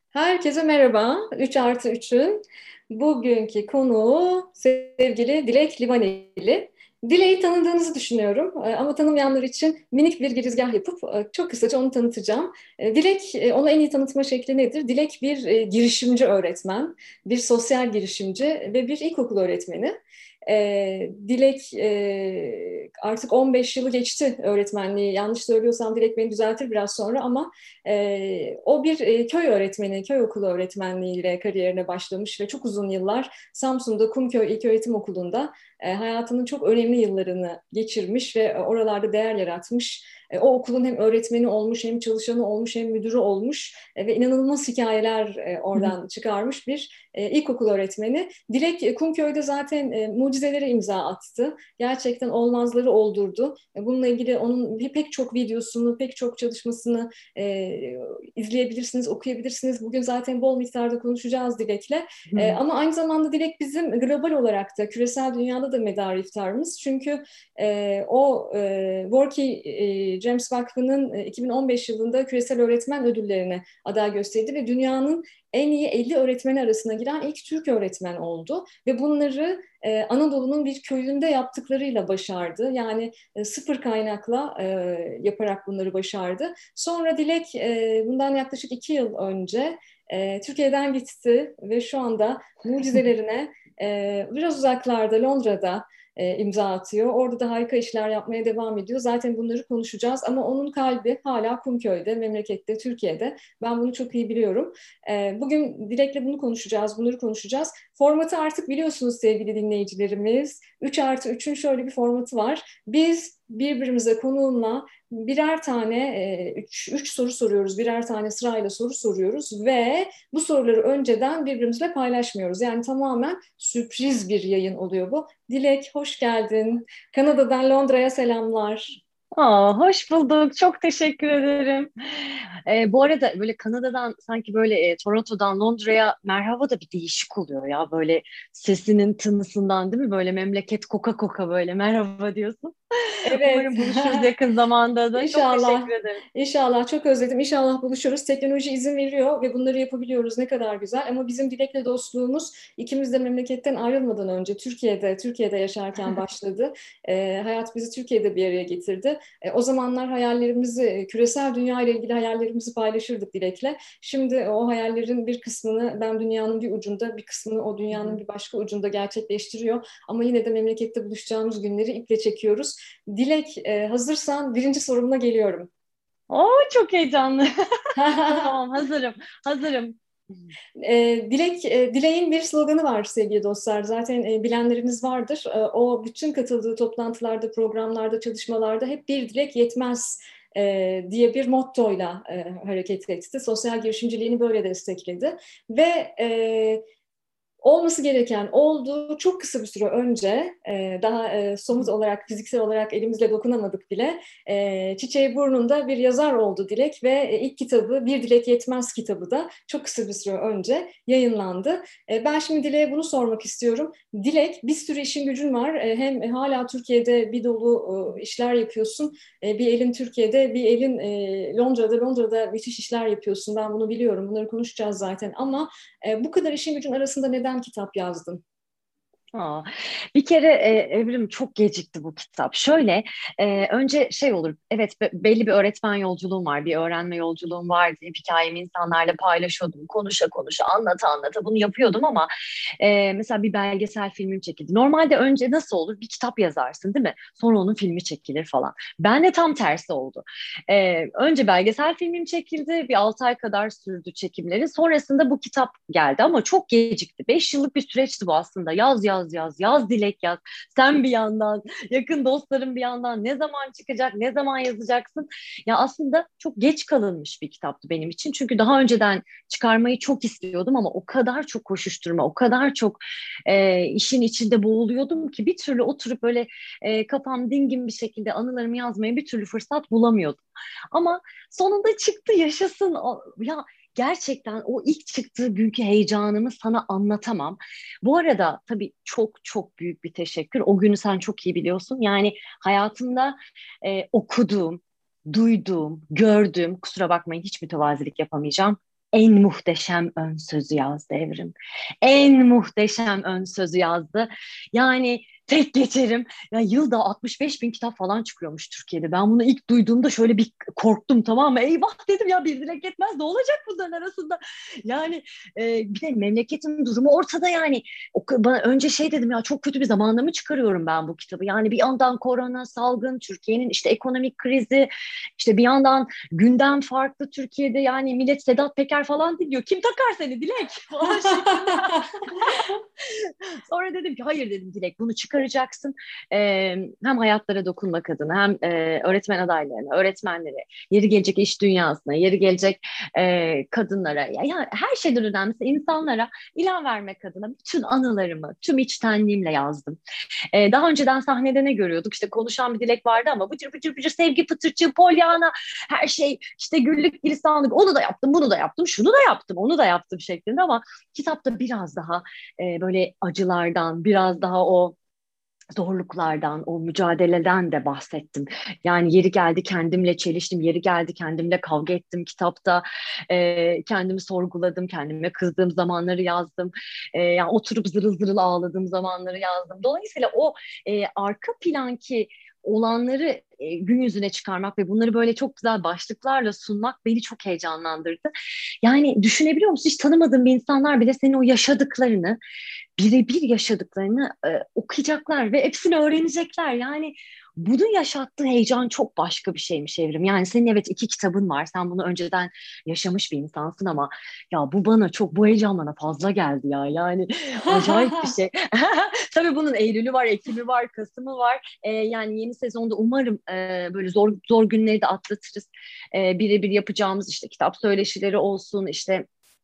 Herkese merhaba. 3 artı 3'ün bugünkü konuğu sevgili Dilek Livaneli. Dilek'i tanıdığınızı düşünüyorum. Ama tanımayanlar için minik bir girizgah yapıp çok kısaca onu tanıtacağım. Dilek, onu en iyi tanıtma şekli nedir? Dilek bir girişimci öğretmen, bir sosyal girişimci ve bir ilkokul öğretmeni. Dilek artık 15 yılı geçti öğretmenliği. Yanlış söylüyorsam Dilek beni düzeltir biraz sonra ama o bir köy öğretmeni, köy okulu öğretmenliğiyle kariyerine başlamış ve çok uzun yıllar Samsun'da Kumköy İlköğretim Okulu'nda hayatının çok önemli yıllarını geçirmiş ve oralarda değer yaratmış. O okulun hem öğretmeni olmuş, hem çalışanı olmuş, hem müdürü olmuş ve inanılmaz hikayeler oradan çıkarmış bir ilkokul öğretmeni. Dilek Kumköy'de zaten mucizelere imza attı. Gerçekten olmazları oldurdu. Bununla ilgili onun pek çok videosunu, pek çok çalışmasını izleyebilirsiniz, okuyabilirsiniz. Bugün zaten bol miktarda konuşacağız Dilek'le. Ama aynı zamanda Dilek bizim global olarak da küresel dünyada da medar iftarımız. Çünkü Gorky James Vakfı'nın 2015 yılında küresel öğretmen ödüllerine aday gösterdi ve dünyanın en iyi 50 öğretmeni arasına giren ilk Türk öğretmen oldu. Ve bunları Anadolu'nun bir köyünde yaptıklarıyla başardı. Yani sıfır kaynakla yaparak bunları başardı. Sonra Dilek bundan yaklaşık 2 yıl önce Türkiye'den gitti ve şu anda mucizelerine biraz uzaklarda Londra'da imza atıyor. Orada da harika işler yapmaya devam ediyor. Zaten bunları konuşacağız ama onun kalbi hala Kumköy'de, memlekette, Türkiye'de. Ben bunu çok iyi biliyorum. Bugün Dilek'le bunu konuşacağız, bunları konuşacağız. Formatı artık biliyorsunuz sevgili dinleyicilerimiz. 3 artı 3'ün şöyle bir formatı var. Biz birbirimize konuğumla birer tane, üç soru soruyoruz, birer tane sırayla soru soruyoruz ve bu soruları önceden birbirimizle paylaşmıyoruz. Yani tamamen sürpriz bir yayın oluyor bu. Dilek, hoş geldin. Kanada'dan Londra'ya selamlar. Hoş bulduk. Çok teşekkür ederim. Bu arada böyle Kanada'dan sanki böyle Toronto'dan Londra'ya merhaba da bir değişik oluyor ya. Böyle sesinin tınısından değil mi? Böyle memleket koka koka böyle merhaba diyorsun. Evet. Umarım buluşuruz yakın zamanda da. Çok İnşallah. teşekkür ederim. İnşallah. Çok özledim. İnşallah buluşuruz. Teknoloji izin veriyor ve bunları yapabiliyoruz. Ne kadar güzel. Ama bizim Dilek'le dostluğumuz ikimiz de memleketten ayrılmadan önce Türkiye'de yaşarken başladı. Hayat bizi Türkiye'de bir araya getirdi. O zamanlar hayallerimizi, küresel dünya ile ilgili hayallerimizi paylaşırdık Dilek'le. Şimdi o hayallerin bir kısmını ben dünyanın bir ucunda, bir kısmını o Hı dünyanın hı. bir başka ucunda gerçekleştiriyor. Ama yine de memlekette buluşacağımız günleri iple çekiyoruz. Dilek, hazırsan birinci sorumla geliyorum. Çok heyecanlı. Tamam, hazırım. Hazırım. Dilek'in bir sloganı var sevgili dostlar. Zaten bilenleriniz vardır. O bütün katıldığı toplantılarda, programlarda, çalışmalarda hep bir dilek yetmez diye bir mottoyla hareket etti. Sosyal girişimciliğini böyle destekledi. Ve olması gereken oldu. Çok kısa bir süre önce daha somut olarak, fiziksel olarak elimizle dokunamadık bile. Çiçeği burnunda bir yazar oldu Dilek ve ilk kitabı Bir Dilek Yetmez kitabı da çok kısa bir süre önce yayınlandı. Ben şimdi Dilek'e bunu sormak istiyorum. Dilek, bir sürü işin gücün var. Hem hala Türkiye'de bir dolu işler yapıyorsun. Bir elin Türkiye'de, bir elin Londra'da müthiş işler yapıyorsun. Ben bunu biliyorum. Bunları konuşacağız zaten ama bu kadar işin gücün arasında neden kitap yazdın? Aa, bir kere Evrim çok gecikti bu kitap. Şöyle önce şey olur, evet belli bir öğretmen yolculuğum var, bir öğrenme yolculuğum vardı. Hikayemi insanlarla paylaşıyordum, konuşa konuşa, anlata anlata bunu yapıyordum ama mesela bir belgesel filmim çekildi. Normalde önce nasıl olur? Bir kitap yazarsın değil mi? Sonra onun filmi çekilir falan. Ben de tam tersi oldu. Önce belgesel filmim çekildi, bir 6 ay kadar sürdü çekimleri. Sonrasında bu kitap geldi ama çok gecikti. 5 yıllık bir süreçti bu aslında. Yaz yaz yaz, yaz Dilek yaz. Sen bir yandan, yakın dostlarım bir yandan ne zaman çıkacak, ne zaman yazacaksın? Ya aslında çok geç kalınmış bir kitaptı benim için. Çünkü daha önceden çıkarmayı çok istiyordum ama o kadar çok koşuşturma, o kadar çok işin içinde boğuluyordum ki bir türlü oturup böyle kafam dingin bir şekilde anılarımı yazmaya bir türlü fırsat bulamıyordum. Ama sonunda çıktı yaşasın. Ya gerçekten o ilk çıktığı günkü heyecanımı sana anlatamam. Bu arada tabii çok çok büyük bir teşekkür. O günü sen çok iyi biliyorsun. Yani hayatımda okuduğum, duyduğum, gördüğüm, kusura bakmayın hiç mütevazilik yapamayacağım. en muhteşem ön sözü yazdı Evrim. En muhteşem ön sözü yazdı. Yani tek geçerim. Ya yılda 65 bin kitap falan çıkıyormuş Türkiye'de. Ben bunu ilk duyduğumda şöyle bir korktum, tamam mı? Eyvah dedim ya, bir dilek yetmez, ne olacak bunların arasında? Yani bir de memleketin durumu ortada yani. Önce şey dedim ya, çok kötü bir zamanda mı çıkarıyorum ben bu kitabı? Yani bir yandan korona, salgın, Türkiye'nin işte ekonomik krizi, işte bir yandan gündem farklı Türkiye'de, yani millet Sedat Peker falan dinliyor. Kim takar seni Dilek falan şeklinde. Sonra dedim ki hayır dedim Dilek, bunu çıkaracaksın. Hem hayatlara dokunmak adına, hem öğretmen adaylarına, öğretmenlere, yeri gelecek iş dünyasına, yeri gelecek kadınlara, ya her şeyden önemlisi insanlara ilham vermek adına bütün anılarımı tüm içtenliğimle yazdım. Daha önceden sahnede ne görüyorduk? İşte konuşan bir Dilek vardı ama bıcır bıcır bıcır, sevgi pıtırcığı, polyana, her şey işte güllük gülistanlık, onu da yaptım, bunu da yaptım, şunu da yaptım, onu da yaptım şeklinde. Ama kitapta biraz daha böyle acılardan, biraz daha o zorluklardan, o mücadeleden de bahsettim. Yani yeri geldi kendimle çeliştim, yeri geldi kendimle kavga ettim kitapta. Kendimi sorguladım, kendime kızdığım zamanları yazdım. Yani oturup zırıl zırıl ağladığım zamanları yazdım. Dolayısıyla o arka planki olanları gün yüzüne çıkarmak ve bunları böyle çok güzel başlıklarla sunmak beni çok heyecanlandırdı. Yani düşünebiliyor musun? Hiç tanımadığın bir insanlar bile senin o yaşadıklarını, birebir yaşadıklarını okuyacaklar ve hepsini öğrenecekler. Yani bunun yaşattığı heyecan çok başka bir şeymiş Evrim. Yani senin evet 2 kitabın var. Sen bunu önceden yaşamış bir insansın ama ya bu bana çok, bu heyecan bana fazla geldi ya. Yani acayip bir şey. Tabii bunun Eylül'ü var, Ekim'i var, Kasım'ı var. Yani yeni sezonda umarım böyle zor zor günleri de atlatırız. Birebir yapacağımız işte kitap söyleşileri olsun, işte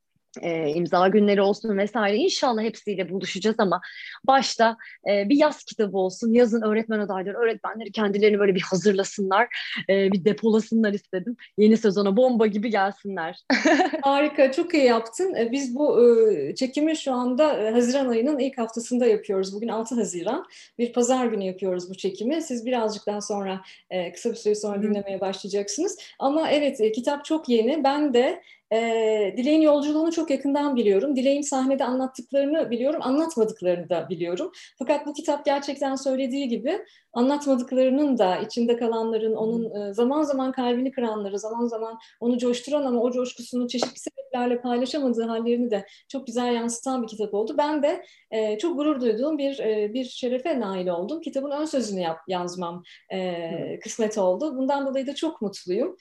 imza günleri olsun vesaire. İnşallah hepsiyle buluşacağız ama başta bir yaz kitabı olsun. Yazın öğretmen adayları, öğretmenleri kendilerini böyle bir hazırlasınlar, bir depolasınlar istedim. Yeni sezona bomba gibi gelsinler. Harika, çok iyi yaptın. Biz bu çekimi şu anda Haziran ayının ilk haftasında yapıyoruz. Bugün 6 Haziran. Bir pazar günü yapıyoruz bu çekimi. Siz birazcık daha sonra, kısa bir süre sonra dinlemeye başlayacaksınız. Ama evet, kitap çok yeni. Ben de Dilek'in yolculuğunu çok yakından biliyorum. Dilek'in sahnede anlattıklarını biliyorum, anlatmadıklarını da biliyorum. Fakat bu kitap gerçekten söylediği gibi anlatmadıklarının da, içinde kalanların, onun zaman zaman kalbini kıranları, zaman zaman onu coşturan ama o coşkusunu çeşitli sebeplerle paylaşamadığı hallerini de çok güzel yansıtan bir kitap oldu. Ben de çok gurur duyduğum bir şerefe nail oldum. Kitabın ön sözünü yazmam kısmet oldu. Bundan dolayı da çok mutluyum.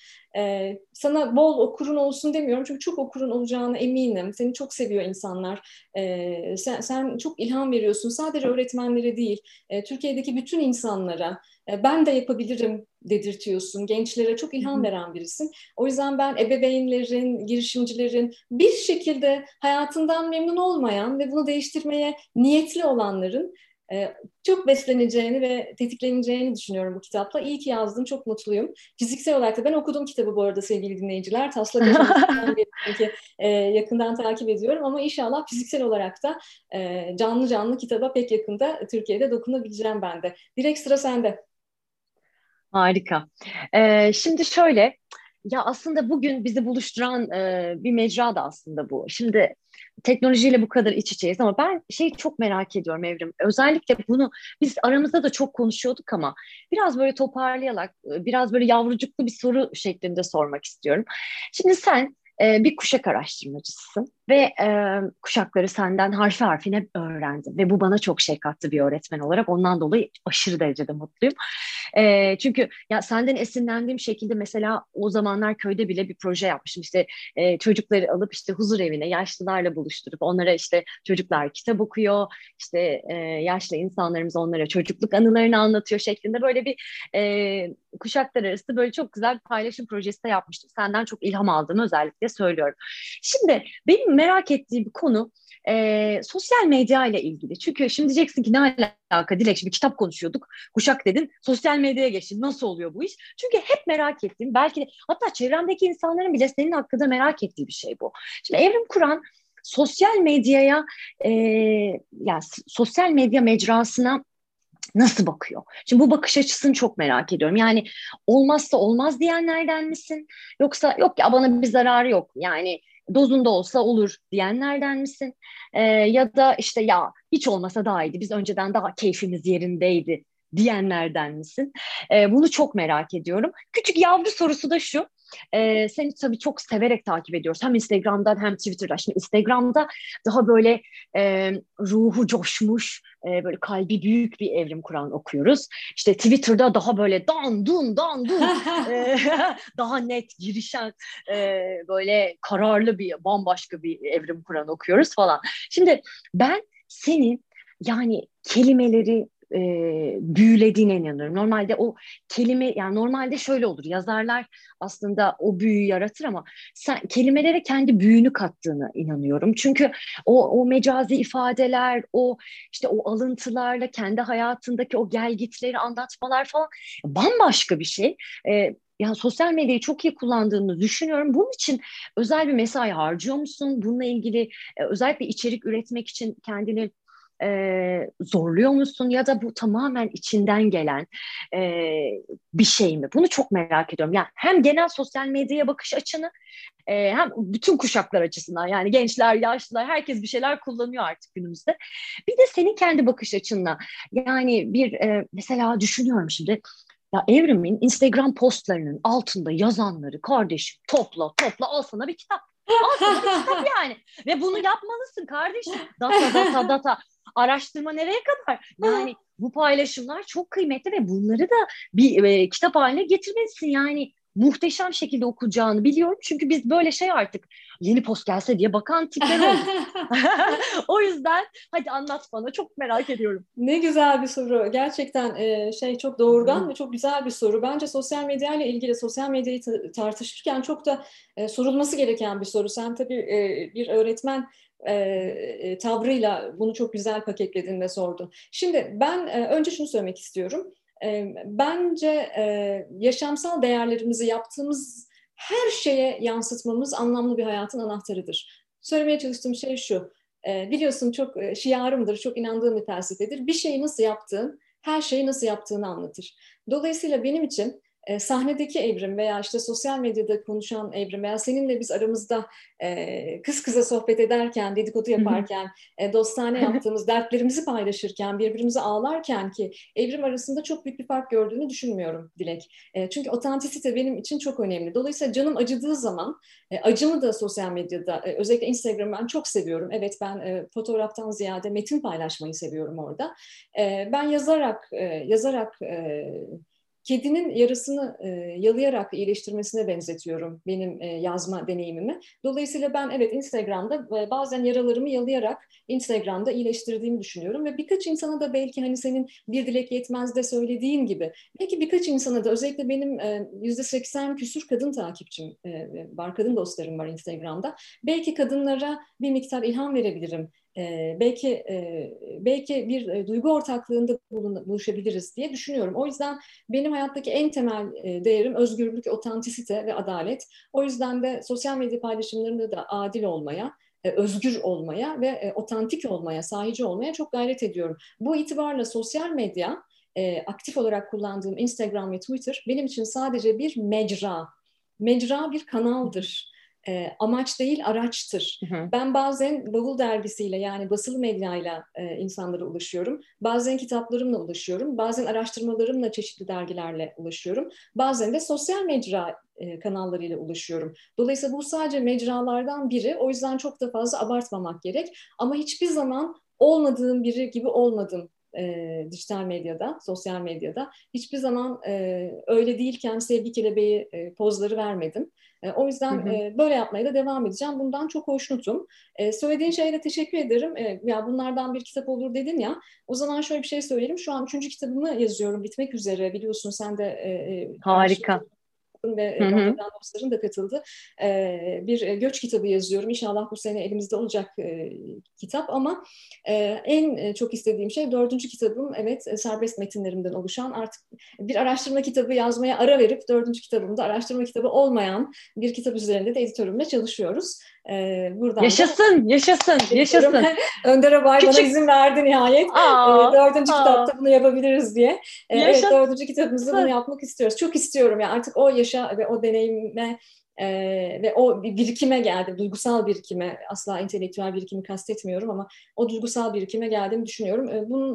Sana bol okurun olsun demiyorum çünkü çok okurun olacağına eminim. Seni çok seviyor insanlar. Sen çok ilham veriyorsun. Sadece öğretmenlere değil, Türkiye'deki bütün insanlara ben de yapabilirim dedirtiyorsun. Gençlere çok ilham veren birisin. O yüzden ben ebeveynlerin, girişimcilerin, bir şekilde hayatından memnun olmayan ve bunu değiştirmeye niyetli olanların çok besleneceğini ve tetikleneceğini düşünüyorum bu kitapla. İyi ki yazdım, çok mutluyum. Fiziksel olarak da ben okudum kitabı bu arada sevgili dinleyiciler. Taslak aşamasından beri ki yakından takip ediyorum ama inşallah fiziksel olarak da canlı canlı kitaba pek yakında Türkiye'de dokunabileceğim ben de. Direkt sıra sende. Harika. Şimdi şöyle, ya aslında bugün bizi buluşturan bir mecra da aslında bu. Şimdi teknolojiyle bu kadar iç içeyiz ama ben şeyi çok merak ediyorum Evrim. Özellikle bunu biz aramızda da çok konuşuyorduk ama biraz böyle toparlayarak, biraz böyle yavrucuklu bir soru şeklinde sormak istiyorum. Şimdi sen bir kuşak araştırmacısısın ve kuşakları senden harfi harfine öğrendim ve bu bana çok şey kattı bir öğretmen olarak. Ondan dolayı aşırı derecede mutluyum. Çünkü ya senden esinlendiğim şekilde mesela o zamanlar köyde bile bir proje yapmışım. İşte çocukları alıp işte huzur evine yaşlılarla buluşturup onlara işte çocuklar kitap okuyor. İşte yaşlı insanlarımız onlara çocukluk anılarını anlatıyor şeklinde böyle bir kuşaklar arası böyle çok güzel bir paylaşım projesi de yapmıştım. Senden çok ilham aldığımı özellikle söylüyorum. Şimdi benim merak ettiğim bir konu sosyal medya ile ilgili. Çünkü şimdi diyeceksin ki ne alaka Dilek, şimdi kitap konuşuyorduk. Kuşak dedin, sosyal medyaya geçtin. Nasıl oluyor bu iş? Çünkü hep merak ettiğim, belki de hatta çevremdeki insanların bile senin hakkında merak ettiği bir şey bu. Şimdi Evrim Kur'an sosyal medyaya, yani sosyal medya mecrasına nasıl bakıyor? Şimdi bu bakış açısını çok merak ediyorum. Yani olmazsa olmaz diyenlerden misin? Yoksa yok ya bana bir zararı yok. Yani dozunda olsa olur diyenlerden misin? Ya da işte ya hiç olmasa daha iyiydi, biz önceden daha keyfimiz yerindeydi diyenlerden misin? Bunu çok merak ediyorum. Küçük yavru sorusu da şu. Seni tabii çok severek takip ediyoruz. Hem Instagram'dan hem Twitter'dan. Şimdi Instagram'da daha böyle ruhu coşmuş, böyle kalbi büyük bir Evrim Kur'an okuyoruz. İşte Twitter'da daha böyle dan dun dan dun e, daha net girişen, böyle kararlı bir bambaşka bir Evrim Kur'an okuyoruz falan. Şimdi ben senin yani kelimeleri büyülediğine inanıyorum. Normalde o kelime, yani normalde şöyle olur. Yazarlar aslında o büyüyü yaratır ama sen kelimelere kendi büyünü kattığına inanıyorum. Çünkü o mecazi ifadeler, o işte o alıntılarla kendi hayatındaki o gelgitleri anlatmalar falan bambaşka bir şey. Yani sosyal medyayı çok iyi kullandığını düşünüyorum. Bunun için özel bir mesai harcıyor musun? Bununla ilgili özellikle içerik üretmek için kendini zorluyor musun, ya da bu tamamen içinden gelen e, bir şey mi? Bunu çok merak ediyorum. Yani hem genel sosyal medyaya bakış açını, hem bütün kuşaklar açısından, yani gençler, yaşlılar, herkes bir şeyler kullanıyor artık günümüzde. Bir de senin kendi bakış açınla, yani bir mesela düşünüyorum şimdi. Ya Evrim'in Instagram postlarının altında yazanları kardeşim topla topla, al sana bir kitap. Al sana bir kitap yani. Ve bunu yapmalısın kardeşim. Data data data. Araştırma nereye kadar? Yani bu paylaşımlar çok kıymetli ve bunları da bir kitap haline getirmelisin. Yani muhteşem şekilde okuyacağını biliyorum. Çünkü biz böyle şey artık yeni post gelse diye bakan tipler olduk. O yüzden hadi anlat bana. Çok merak ediyorum. Ne güzel bir soru. Gerçekten çok doğrudan ve çok güzel bir soru. Bence sosyal medya ile ilgili sosyal medyayı tartışırken çok da sorulması gereken bir soru. Sen tabii bir öğretmen tavrıyla bunu çok güzel paketledin ve sordun. Şimdi ben önce şunu söylemek istiyorum. Bence yaşamsal değerlerimizi yaptığımız her şeye yansıtmamız anlamlı bir hayatın anahtarıdır. Söylemeye çalıştığım şey şu. Biliyorsun çok şiarımdır, çok inandığım bir felsefedir. Bir şeyi nasıl yaptığın, her şeyi nasıl yaptığını anlatır. Dolayısıyla benim için sahnedeki Evrim veya işte sosyal medyada konuşan Evrim veya seninle biz aramızda kız kıza sohbet ederken, dedikodu yaparken, dostane yaptığımız, dertlerimizi paylaşırken, birbirimize ağlarken ki Evrim arasında çok büyük bir fark gördüğünü düşünmüyorum Dilek. Çünkü otantisite benim için çok önemli. Dolayısıyla canım acıdığı zaman acımı da sosyal medyada, özellikle Instagram'ı ben çok seviyorum. Evet, ben fotoğraftan ziyade metin paylaşmayı seviyorum orada. Ben yazarak kedinin yarasını yalayarak iyileştirmesine benzetiyorum benim yazma deneyimimi. Dolayısıyla ben evet Instagram'da bazen yaralarımı yalayarak Instagram'da iyileştirdiğimi düşünüyorum ve birkaç insana da belki hani senin bir dilek yetmez de söylediğin gibi belki birkaç insana da özellikle benim %80 küsur kadın takipçim var, kadın dostlarım var Instagram'da. Belki kadınlara bir miktar ilham verebilirim. Belki bir duygu ortaklığında buluşabiliriz diye düşünüyorum. O yüzden benim hayattaki en temel değerim özgürlük, otantisite ve adalet. O yüzden de sosyal medya paylaşımlarında da adil olmaya, özgür olmaya ve otantik olmaya, sahici olmaya çok gayret ediyorum. Bu itibarla sosyal medya, aktif olarak kullandığım Instagram ve Twitter benim için sadece bir mecra. Mecra bir kanaldır. Amaç değil, araçtır. Ben bazen bavul dergisiyle yani basılı medyayla insanlara ulaşıyorum. Bazen kitaplarımla ulaşıyorum. Bazen araştırmalarımla çeşitli dergilerle ulaşıyorum. Bazen de sosyal mecra kanallarıyla ulaşıyorum. Dolayısıyla bu sadece mecralardan biri. O yüzden çok da fazla abartmamak gerek. Ama hiçbir zaman olmadığım biri gibi olmadım dijital medyada, sosyal medyada. Hiçbir zaman öyle değilken sevgi kelebeği pozları vermedim. O yüzden böyle yapmaya da devam edeceğim. Bundan çok hoşnutum. Söylediğin şeye de teşekkür ederim. Ya bunlardan bir kitap olur dedin ya. O zaman şöyle bir şey söyleyelim. Şu an 3. kitabımı yazıyorum. Bitmek üzere. Biliyorsun sen de Harika. araştırdın ve bana eden dostların da katıldı. Bir göç kitabı yazıyorum. İnşallah bu sene elimizde olacak kitap ama en çok istediğim şey 4. kitabım. Evet, serbest metinlerimden oluşan artık bir araştırma kitabı yazmaya ara verip 4. kitabımda araştırma kitabı olmayan bir kitap üzerinde de editörümle çalışıyoruz. Buradan da Yaşasın, yaşasın, yaşasın. Önder Abay bana Küçük. izin verdi nihayet. Aa, 4. kitapta bunu yapabiliriz diye. Evet, yaşasın. 4. kitabımızda bunu yapmak istiyoruz. Çok istiyorum ya, artık o yaşa ve o deneyime Ve o bir birikime geldim, duygusal birikime, asla entelektüel birikimi kastetmiyorum ama o duygusal birikime geldiğimi düşünüyorum.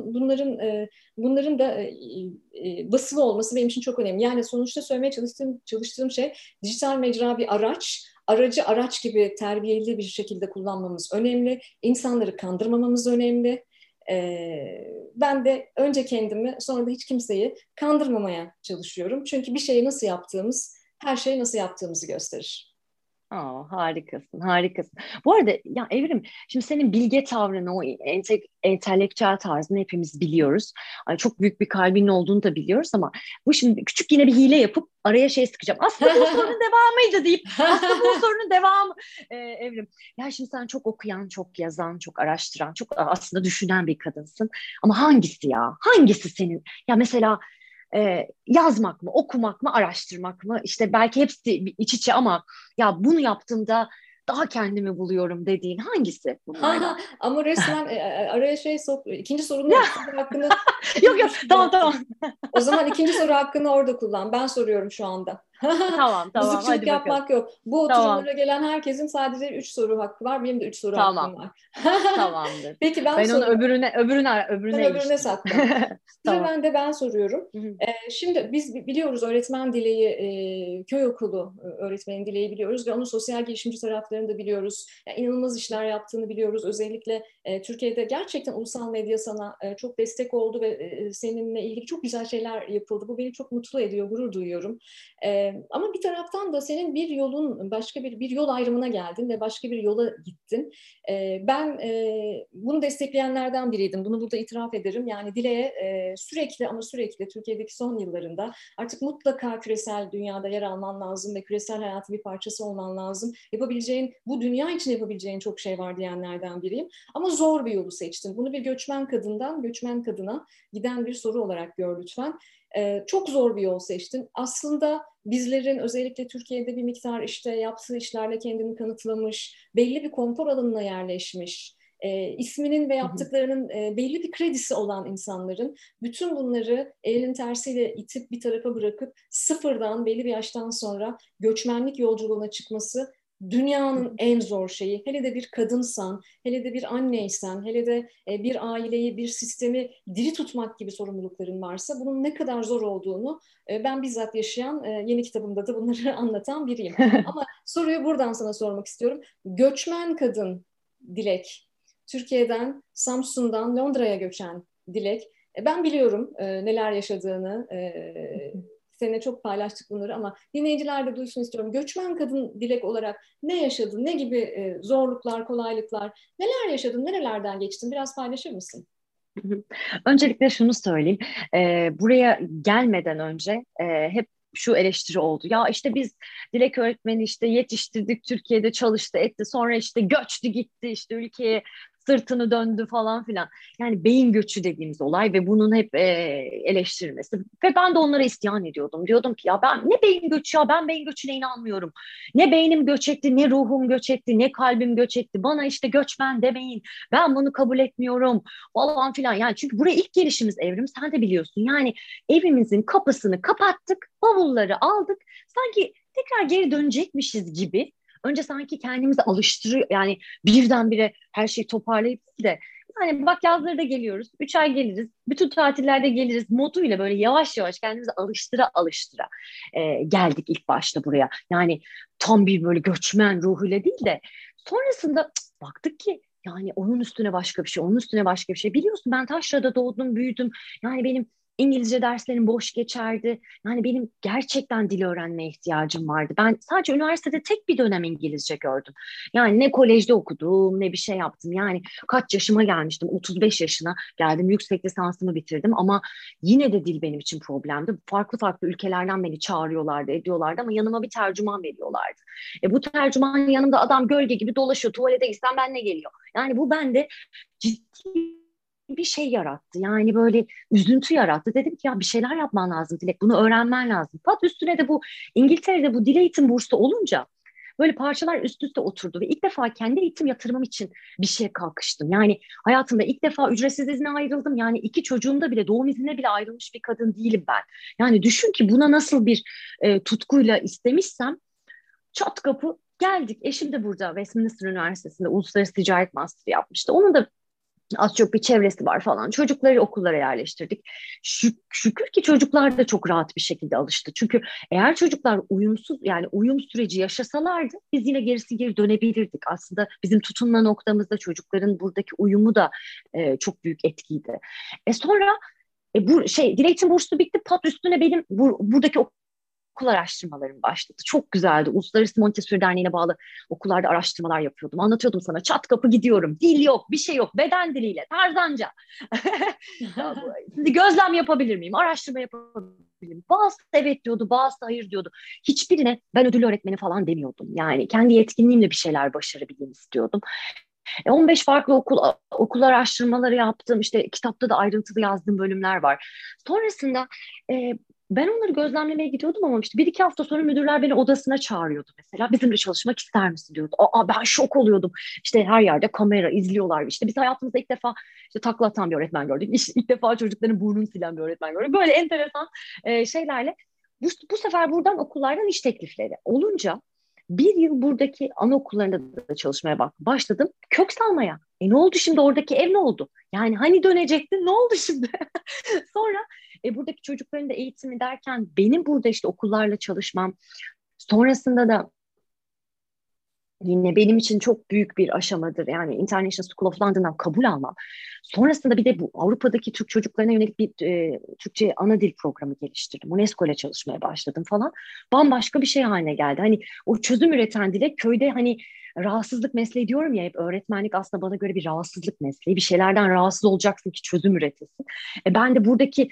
Bunların da basılı olması benim için çok önemli. Yani sonuçta söylemeye çalıştığım şey, dijital mecra bir araç. Aracı araç gibi terbiyeli bir şekilde kullanmamız önemli. İnsanları kandırmamamız önemli. Ben de önce kendimi, sonra da hiç kimseyi kandırmamaya çalışıyorum. Çünkü bir şeyi nasıl yaptığımız, her şeyi nasıl yaptığımızı gösterir. Aa, harikasın, harikasın. Bu arada ya Evrim, şimdi senin bilge tavrını, o entelektüel tarzını hepimiz biliyoruz. Ay, çok büyük bir kalbinin olduğunu da biliyoruz ama bu şimdi küçük yine bir hile yapıp araya şey sıkacağım. Aslında bu sorunun devamıydı deyip, aslında bu sorunun devamı. Evrim, ya şimdi sen çok okuyan, çok yazan, çok araştıran, çok aslında düşünen bir kadınsın. Ama hangisi ya? Hangisi senin? Ya mesela yazmak mı, okumak mı, araştırmak mı? İşte belki hepsi iç içe ama ya bunu yaptığımda daha kendimi buluyorum dediğin hangisi bunlardan? Ama resmen araya şey sok. İkinci sorunun hakkını Yok yok, tamam tamam. O zaman ikinci soru hakkını orada kullan. Ben soruyorum şu anda. Tamam tamam, Mızıkçılık hadi bakalım. yapmak yok. Bu Tamam oturumlara gelen herkesin sadece 3 soru hakkı var. Benim de 3 soru tamam, hakkım var. tamamdır. Peki ben Ben onu soruyorum. Sen öbürüne öbürüne iliştireyim. sakla. Sıra Tamam. bende, ben soruyorum. Hı hı, Şimdi biz biliyoruz öğretmen dileği, köy okulu öğretmenin dileği biliyoruz ve onun sosyal girişimci taraflarını da biliyoruz. Yani inanılmaz işler yaptığını biliyoruz. Özellikle Türkiye'de gerçekten ulusal medya sana çok destek oldu ve seninle ilgili çok güzel şeyler yapıldı. Bu beni çok mutlu ediyor, gurur duyuyorum. Ama bir taraftan da senin bir yolun, başka bir yol ayrımına geldin ve başka bir yola gittin. Ben bunu destekleyenlerden biriydim. Bunu burada itiraf ederim. Yani Dile'ye sürekli ama sürekli Türkiye'deki son yıllarında artık mutlaka küresel dünyada yer alman lazım ve küresel hayatın bir parçası olman lazım. Yapabileceğin, bu dünya için yapabileceğin çok şey var diyenlerden biriyim. Ama zor bir yolu seçtin. Bunu bir göçmen kadından göçmen kadına giden bir soru olarak gör lütfen. Çok zor bir yol seçtin. Aslında bizlerin özellikle Türkiye'de bir miktar işte yaptığı işlerle kendini kanıtlamış, belli bir konfor alanına yerleşmiş, isminin ve hı hı, yaptıklarının belli bir kredisi olan insanların bütün bunları elinin tersiyle itip bir tarafa bırakıp sıfırdan belli bir yaştan sonra göçmenlik yolculuğuna çıkması hı dünyanın hı. en zor şeyi. Hele de bir kadınsan, hele de bir anneysen, hele de bir aileyi, bir sistemi diri tutmak gibi sorumlulukların varsa bunun ne kadar zor olduğunu ben bizzat yaşayan, yeni kitabımda da bunları anlatan biriyim. Ama soruyu buradan sana sormak istiyorum. Göçmen kadın Dilek, Türkiye'den, Samsun'dan Londra'ya göçen Dilek. Ben biliyorum neler yaşadığını, seninle çok paylaştık bunları ama dinleyiciler de duysun istiyorum. Göçmen kadın Dilek olarak ne yaşadın, ne gibi zorluklar, kolaylıklar, neler yaşadın, nerelerden geçtin? Biraz paylaşır mısın? Öncelikle şunu söyleyeyim. Buraya gelmeden önce hep şu eleştiri oldu. Ya işte biz Dilek öğretmeni işte yetiştirdik, Türkiye'de çalıştı, etti. Sonra işte göçtü gitti, işte ülkeye sırtını döndü falan filan. Yani beyin göçü dediğimiz olay ve bunun hep eleştirilmesi. Ve ben de onlara isyan ediyordum. Diyordum ki ya ben ne beyin göçü, ya ben beyin göçüne inanmıyorum. Ne beynim göç etti, ne ruhum göç etti, ne kalbim göç etti. Bana işte göçmen demeyin. Ben bunu kabul etmiyorum falan filan. Yani çünkü buraya ilk gelişimiz Evrim, sen de biliyorsun. Yani evimizin kapısını kapattık, bavulları aldık. Sanki tekrar geri dönecekmişiz gibi. Önce sanki kendimizi alıştırıyor. Yani birdenbire her şeyi toparlayıp de yani bak yazları da geliyoruz. 3 ay geliriz. Bütün tatillerde geliriz. Moduyla böyle yavaş yavaş kendimizi alıştıra alıştıra geldik ilk başta buraya. Yani tam bir böyle göçmen ruhuyla değil de sonrasında baktık ki yani onun üstüne başka bir şey, onun üstüne başka bir şey. Biliyorsun ben taşrada doğdum, büyüdüm. Yani benim İngilizce derslerim boş geçerdi. Yani benim gerçekten dil öğrenmeye ihtiyacım vardı. Ben sadece üniversitede tek bir dönem İngilizce gördüm. Yani ne kolejde okudum, ne bir şey yaptım. Yani kaç yaşıma gelmiştim? 35 yaşına geldim. Yüksek lisansımı bitirdim ama yine de dil benim için problemdi. Farklı farklı ülkelerden beni çağırıyorlardı, ediyorlardı ama yanıma bir tercüman veriyorlardı. Bu tercüman yanımda adam gölge gibi dolaşıyor. Tuvalete gitsem benle geliyor. Yani bu bende ciddi bir şey yarattı. Yani böyle üzüntü yarattı. Dedim ki ya bir şeyler yapman lazım Dilek. Bunu öğrenmen lazım. Pat üstüne de bu İngiltere'de bu dil eğitim burslu olunca böyle parçalar üst üste oturdu ve ilk defa kendi eğitim yatırımım için bir şeye kalkıştım. Yani hayatımda ilk defa ücretsiz izne ayrıldım. Yani 2 çocuğumda bile doğum iznine bile ayrılmış bir kadın değilim ben. Yani düşün ki buna nasıl bir tutkuyla istemişsem Çat kapı geldik. Eşim de burada Westminster Üniversitesi'nde Uluslararası Ticaret Master yapmıştı. Onun da az çok bir çevresi var falan. Çocukları okullara yerleştirdik. Şükür ki çocuklar da çok rahat bir şekilde alıştı. Çünkü eğer çocuklar uyumsuz, yani uyum süreci yaşasalardı biz yine geri dönebilirdik. Aslında bizim tutunma noktamızda çocukların buradaki uyumu da çok büyük etkiydi. Sonra bu Dilekçin burslu bitti. Pat üstüne benim buradaki okul araştırmalarım başladı. Çok güzeldi. Uluslararası Montessori Derneği'ne bağlı okullarda araştırmalar yapıyordum. Anlatıyordum sana. Çat kapı gidiyorum. Dil yok, bir şey yok. Beden diliyle, tarzanca. Gözlem yapabilir miyim? Araştırma yapabilir miyim? Bazısı evet diyordu, bazısı hayır diyordu. Hiçbirine ben ödül öğretmeni falan demiyordum. Yani kendi yetkinliğimle bir şeyler başarabileyim istiyordum. 15 farklı okul araştırmaları yaptım. İşte kitapta da ayrıntılı yazdığım bölümler var. Sonrasında e, ben onları gözlemlemeye gidiyordum ama işte bir iki hafta sonra müdürler beni odasına çağırıyordu mesela. Bizimle çalışmak ister misin diyordu. Ben şok oluyordum. İşte her yerde kamera izliyorlar. İşte biz hayatımızda ilk defa işte takla atan bir öğretmen gördük. İşte ilk defa çocukların burnunu silen bir öğretmen gördük. Böyle enteresan şeylerle. Bu sefer buradan okullardan iş teklifleri olunca bir yıl buradaki anaokullarında da çalışmaya başladım. Kök salmaya. Ne oldu şimdi, oradaki ev ne oldu? Yani hani dönecektin, ne oldu şimdi? Sonra buradaki çocukların da eğitimi derken benim burada işte okullarla çalışmam, sonrasında da yine benim için çok büyük bir aşamadır. Yani International School of London'dan kabul almam. Sonrasında bir de bu Avrupa'daki Türk çocuklarına yönelik bir Türkçe ana dil programı geliştirdim. UNESCO ile çalışmaya başladım falan. Bambaşka bir şey haline geldi. Hani o çözüm üreten dile köyde hani rahatsızlık mesleği diyorum ya hep, öğretmenlik aslında bana göre bir rahatsızlık mesleği. Bir şeylerden rahatsız olacaksın ki çözüm üretesin. Ben de buradaki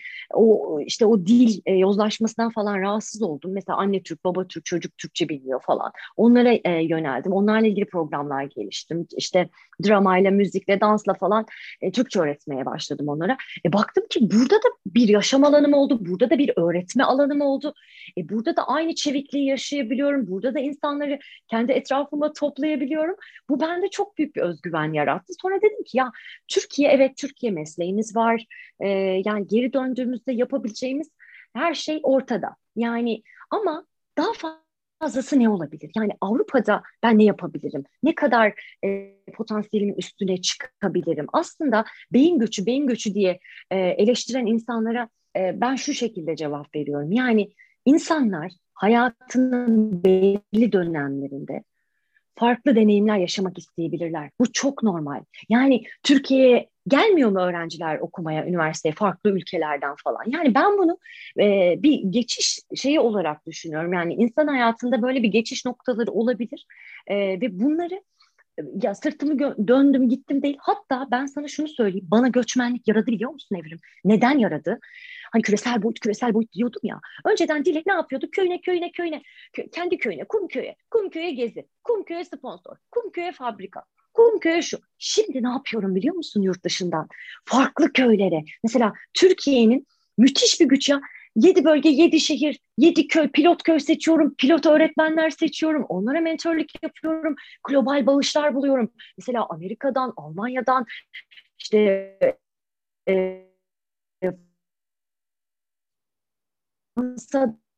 o dil yozlaşmasından falan rahatsız oldum. Mesela anne Türk, baba Türk, çocuk Türkçe bilmiyor falan. Onlara yöneldim. Onlarla ilgili programlar geliştim. İşte dramayla, müzikle, dansla falan Türkçe öğretmeye başladım onlara. Baktım ki burada da bir yaşam alanım oldu. Burada da bir öğretme alanım oldu. Burada da aynı çevikliği yaşayabiliyorum. Burada da insanları kendi etrafıma toplayabiliyorum. Bu bende çok büyük bir özgüven yarattı. Sonra dedim ki ya Türkiye, evet Türkiye mesleğimiz var. Yani geri döndüğümüzde yapabileceğimiz her şey ortada. Yani ama daha fazlası ne olabilir? Yani Avrupa'da ben ne yapabilirim? Ne kadar potansiyelimin üstüne çıkabilirim? Aslında beyin göçü diye eleştiren insanlara ben şu şekilde cevap veriyorum. Yani insanlar hayatının belli dönemlerinde farklı deneyimler yaşamak isteyebilirler. Bu çok normal. Yani Türkiye'ye gelmiyor mu öğrenciler okumaya, üniversiteye, farklı ülkelerden falan? Yani ben bunu bir geçiş şeyi olarak düşünüyorum. Yani insan hayatında böyle bir geçiş noktaları olabilir. Ve bunları ya sırtımı döndüm gittim değil. Hatta ben sana şunu söyleyeyim. Bana göçmenlik yaradı biliyor musun Evrim? Neden yaradı? Hani küresel boyut diyordum ya. Önceden Dilek ne yapıyordu? Köyüne. Kendi köyüne, Kumköy'e gezi. Kumköy'e sponsor. Kumköy'e fabrika. Kumköy'e şu. Şimdi ne yapıyorum biliyor musun yurt dışından? Farklı köylere. Mesela Türkiye'nin müthiş bir güç ya. 7 bölge, 7 şehir, 7 köy, pilot köy seçiyorum, pilot öğretmenler seçiyorum, onlara mentorluk yapıyorum, global bağışlar buluyorum. Mesela Amerika'dan, Almanya'dan, işte e, Fransa'dan,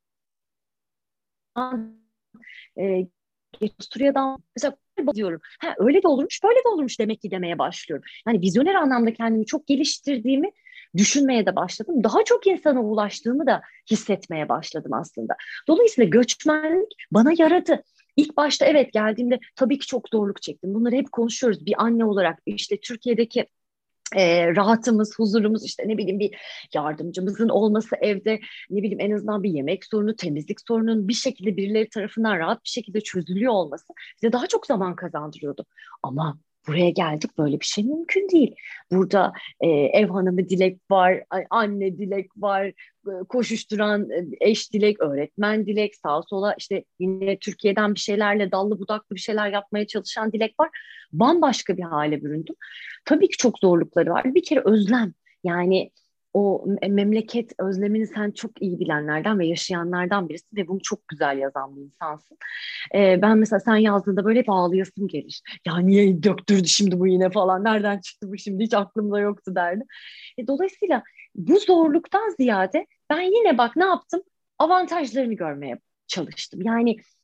e, Avusturya'dan mesela diyorum. Ha, öyle de olurmuş, böyle de olurmuş demek ki demeye başlıyorum. Yani vizyoner anlamda kendimi çok geliştirdiğimi düşünmeye de başladım. Daha çok insana ulaştığımı da hissetmeye başladım aslında. Dolayısıyla göçmenlik bana yaradı. İlk başta evet geldiğimde tabii ki çok zorluk çektim. Bunları hep konuşuyoruz bir anne olarak. İşte Türkiye'deki rahatımız, huzurumuz, işte ne bileyim bir yardımcımızın olması evde, ne bileyim en azından bir yemek sorunu, temizlik sorunun bir şekilde birileri tarafından rahat bir şekilde çözülüyor olması bize daha çok zaman kazandırıyordu. Ama buraya geldik, böyle bir şey mümkün değil. Burada ev hanımı Dilek var, anne Dilek var, koşuşturan eş Dilek, öğretmen Dilek, sağa sola işte yine Türkiye'den bir şeylerle dallı budaklı bir şeyler yapmaya çalışan Dilek var. Bambaşka bir hale büründüm. Tabii ki çok zorlukları var. Bir kere özlem. Yani o memleket özlemini sen çok iyi bilenlerden ve yaşayanlardan birisin ve bunu çok güzel yazan bir insansın. Ben mesela sen yazdığında böyle hep ağlayasım gelir. Ya niye döktürdü şimdi bu yine falan. Nereden çıktı bu şimdi, hiç aklımda yoktu derdi. Dolayısıyla bu zorluktan ziyade ben yine bak ne yaptım? Avantajlarını görmeye çalıştım. Yani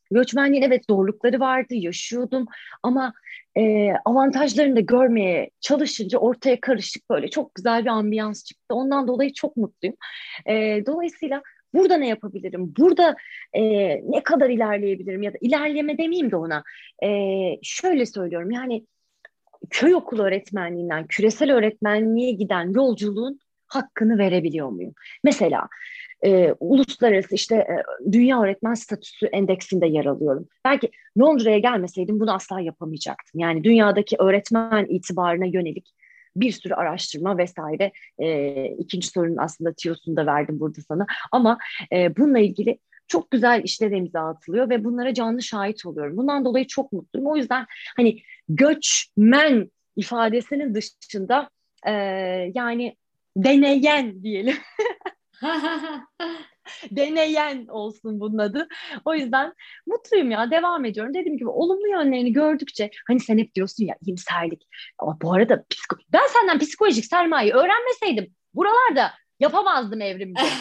göçmenliğin evet zorlukları vardı, yaşıyordum ama avantajlarını da görmeye çalışınca ortaya karışık böyle çok güzel bir ambiyans çıktı. Ondan dolayı çok mutluyum. Dolayısıyla burada ne yapabilirim? Burada ne kadar ilerleyebilirim ya da ilerleme demeyeyim de ona. Şöyle söylüyorum yani köy okulu öğretmenliğinden küresel öğretmenliğe giden yolculuğun hakkını verebiliyor muyum? Mesela uluslararası işte dünya öğretmen statüsü endeksinde yer alıyorum. Belki Londra'ya gelmeseydim bunu asla yapamayacaktım. Yani dünyadaki öğretmen itibarına yönelik bir sürü araştırma vesaire. İkinci sorunun aslında tiyosunu da verdim burada sana. Ama bununla ilgili çok güzel işlere imza atılıyor ve bunlara canlı şahit oluyorum. Bundan dolayı çok mutluyum. O yüzden hani göçmen ifadesinin dışında e, yani deneyen diyelim. Deneyen olsun bunun adı. O yüzden mutluyum ya, devam ediyorum. Dediğim gibi olumlu yönlerini gördükçe hani sen hep diyorsun ya iyimserlik. Ama bu arada ben senden psikolojik sermaye öğrenmeseydim buralarda yapamazdım evrimci.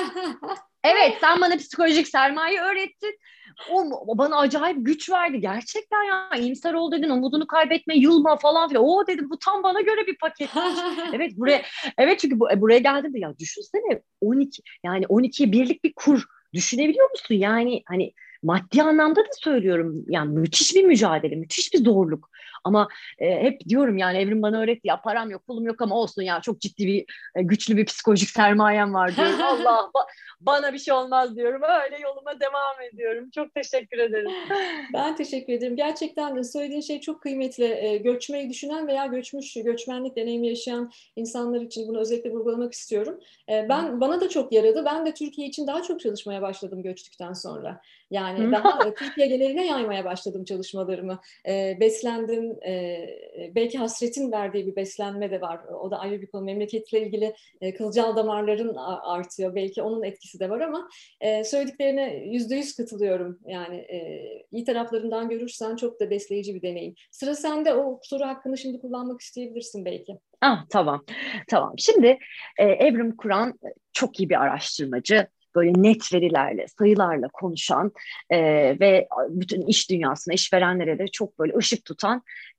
Evet, sen bana psikolojik sermaye öğrettin. O bana acayip güç verdi. Gerçekten ya iyimser ol dedin, umudunu kaybetme, yılma falan filan. O dedim bu tam bana göre bir paketmiş. Evet buraya evet çünkü buraya geldim de ya düşünsene 12 yani 12'ye birlik bir kur. Düşünebiliyor musun? Yani hani maddi anlamda da söylüyorum. Yani müthiş bir mücadele, müthiş bir zorluk. Ama hep diyorum yani Evrim bana öğretti ya param yok, pulum yok ama olsun ya çok ciddi bir güçlü bir psikolojik sermayem var diyorum. Allah bana bir şey olmaz diyorum. Öyle yoluma devam ediyorum. Çok teşekkür ederim. Ben teşekkür ederim. Gerçekten de söylediğin şey çok kıymetli. Göçmeyi düşünen veya göçmenlik deneyimi yaşayan insanlar için bunu özellikle vurgulamak istiyorum. Bana da çok yaradı. Ben de Türkiye için daha çok çalışmaya başladım göçtükten sonra. Yani daha Türkiye geneline yaymaya başladım çalışmalarımı. Beslendim. Belki hasretin verdiği bir beslenme de var. O da ayrı bir konu. Memleketle ilgili kılcal damarların artıyor. Belki onun etkisi de var ama söylediklerine %100 katılıyorum. Yani iyi taraflarından görürsen çok da besleyici bir deneyim. Sıra sende, o soru hakkını şimdi kullanmak isteyebilirsin belki. Ah, tamam. Tamam. Şimdi Evrim Kur'an çok iyi bir araştırmacı. Böyle net verilerle, sayılarla konuşan ve bütün iş dünyasına, işverenlere de çok böyle ışık tutan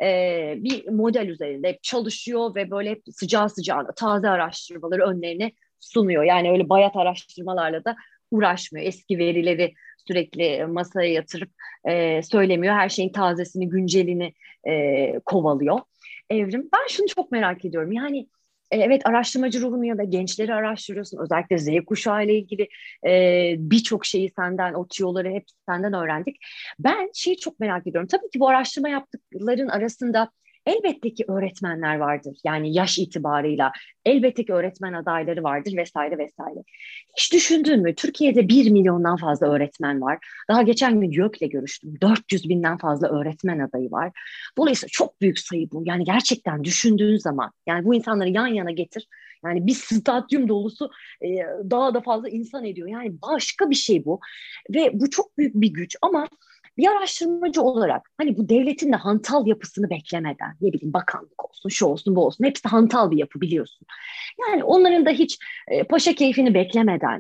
bir model üzerinde hep çalışıyor ve böyle hep sıcağı sıcağına taze araştırmaları önlerine sunuyor. Yani öyle bayat araştırmalarla da uğraşmıyor. Eski verileri sürekli masaya yatırıp söylemiyor. Her şeyin tazesini, güncelini kovalıyor. Evrim. Ben şunu çok merak ediyorum. Yani evet araştırmacı ruhunu ya da gençleri araştırıyorsun. Özellikle Z kuşağı ile ilgili birçok şeyi senden, o tüyoları hep senden öğrendik. Ben şeyi çok merak ediyorum. Tabii ki bu araştırma yaptıkların arasında elbette ki öğretmenler vardır. Yani yaş itibarıyla elbette ki öğretmen adayları vardır vesaire vesaire. Hiç düşündün mü? Türkiye'de 1 milyondan fazla öğretmen var. Daha geçen gün YÖK'le görüştüm. 400 binden fazla öğretmen adayı var. Dolayısıyla çok büyük sayı bu. Yani gerçekten düşündüğün zaman yani bu insanları yan yana getir. Yani bir stadyum dolusu e, daha da fazla insan ediyor. Yani başka bir şey bu. Ve bu çok büyük bir güç ama bir araştırmacı olarak hani bu devletin de hantal yapısını beklemeden ne bileyim bakanlık olsun şu olsun bu olsun hepsi hantal bir yapı biliyorsun. Yani onların da hiç paşa keyfini beklemeden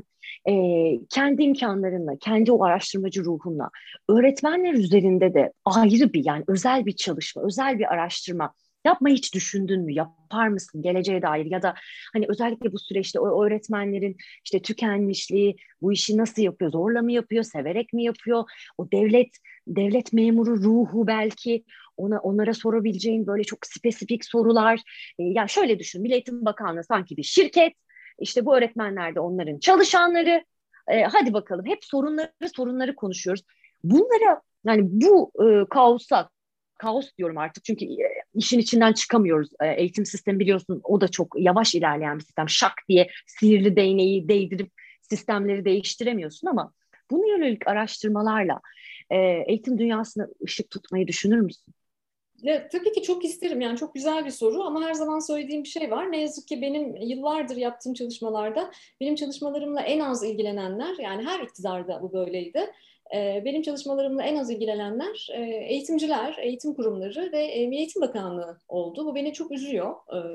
kendi imkanlarınla, kendi o araştırmacı ruhunla öğretmenler üzerinde de ayrı bir yani özel bir çalışma, özel bir araştırma yapmayı hiç düşündün mü? Yapar mısın geleceğe dair ya da hani özellikle bu süreçte o öğretmenlerin işte tükenmişliği bu işi nasıl yapıyor? Zorla mı yapıyor? Severek mi yapıyor? O devlet memuru ruhu belki onlara sorabileceğin böyle çok spesifik sorular. Ya şöyle düşün, Milli Eğitim Bakanlığı sanki bir şirket. İşte bu öğretmenler de onların çalışanları. Hadi bakalım hep sorunları konuşuyoruz. Bunlara yani bu kaos diyorum artık çünkü işin içinden çıkamıyoruz. Eğitim sistemi biliyorsun o da çok yavaş ilerleyen bir sistem. Şak diye sihirli değneği değdirip sistemleri değiştiremiyorsun ama bunu yönelik araştırmalarla eğitim dünyasına ışık tutmayı düşünür müsün? Ya, tabii ki çok isterim. Yani çok güzel bir soru ama her zaman söylediğim bir şey var. Ne yazık ki benim yıllardır yaptığım çalışmalarda benim çalışmalarımla en az ilgilenenler, yani her iktidarda bu böyleydi. Benim çalışmalarımla en az ilgilenenler eğitimciler, eğitim kurumları ve Milli Eğitim Bakanlığı oldu. Bu beni çok üzüyor.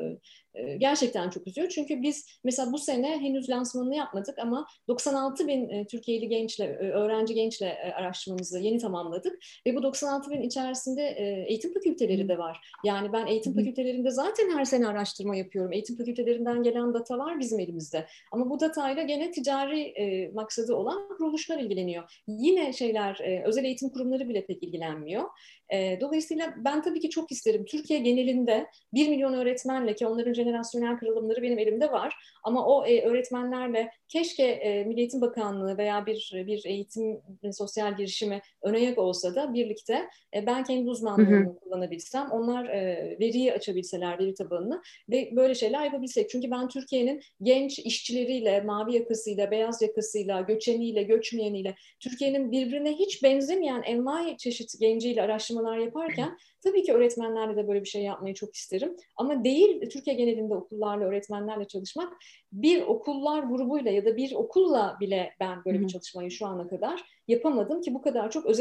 Gerçekten çok üzüyor. Çünkü biz mesela bu sene henüz lansmanını yapmadık ama 96 bin Türkiye'li gençle, öğrenci gençle araştırmamızı yeni tamamladık. Ve bu 96 bin içerisinde eğitim fakülteleri de var. Yani ben eğitim fakültelerinde zaten her sene araştırma yapıyorum. Eğitim fakültelerinden gelen data var bizim elimizde. Ama bu datayla gene ticari maksadı olan kuruluşlar ilgileniyor. Yine özel eğitim kurumları bile pek ilgilenmiyor. Dolayısıyla ben tabii ki çok isterim. Türkiye genelinde 1 milyon öğretmenle, ki onların jenerasyonel kırılımları benim elimde var. Ama o öğretmenlerle keşke Milli Eğitim Bakanlığı veya bir eğitim sosyal girişimi ön ayak olsa da birlikte ben kendi uzmanlığımı kullanabilsem, onlar veriyi açabilseler, veri tabanını ve böyle şeyler yapabilsek. Çünkü ben Türkiye'nin genç işçileriyle, mavi yakasıyla, beyaz yakasıyla, göçeniyle, göçmeyeniyle, Türkiye'nin birbirine hiç benzemeyen envai çeşit genciyle araştırmalar yaparken tabii ki öğretmenlerle de böyle bir şey yapmayı çok isterim. Ama değil Türkiye genelinde okullarla, öğretmenlerle çalışmak. Bir okullar grubuyla ya da bir okulla bile ben böyle bir çalışmayı şu ana kadar yapamadım ki bu kadar çok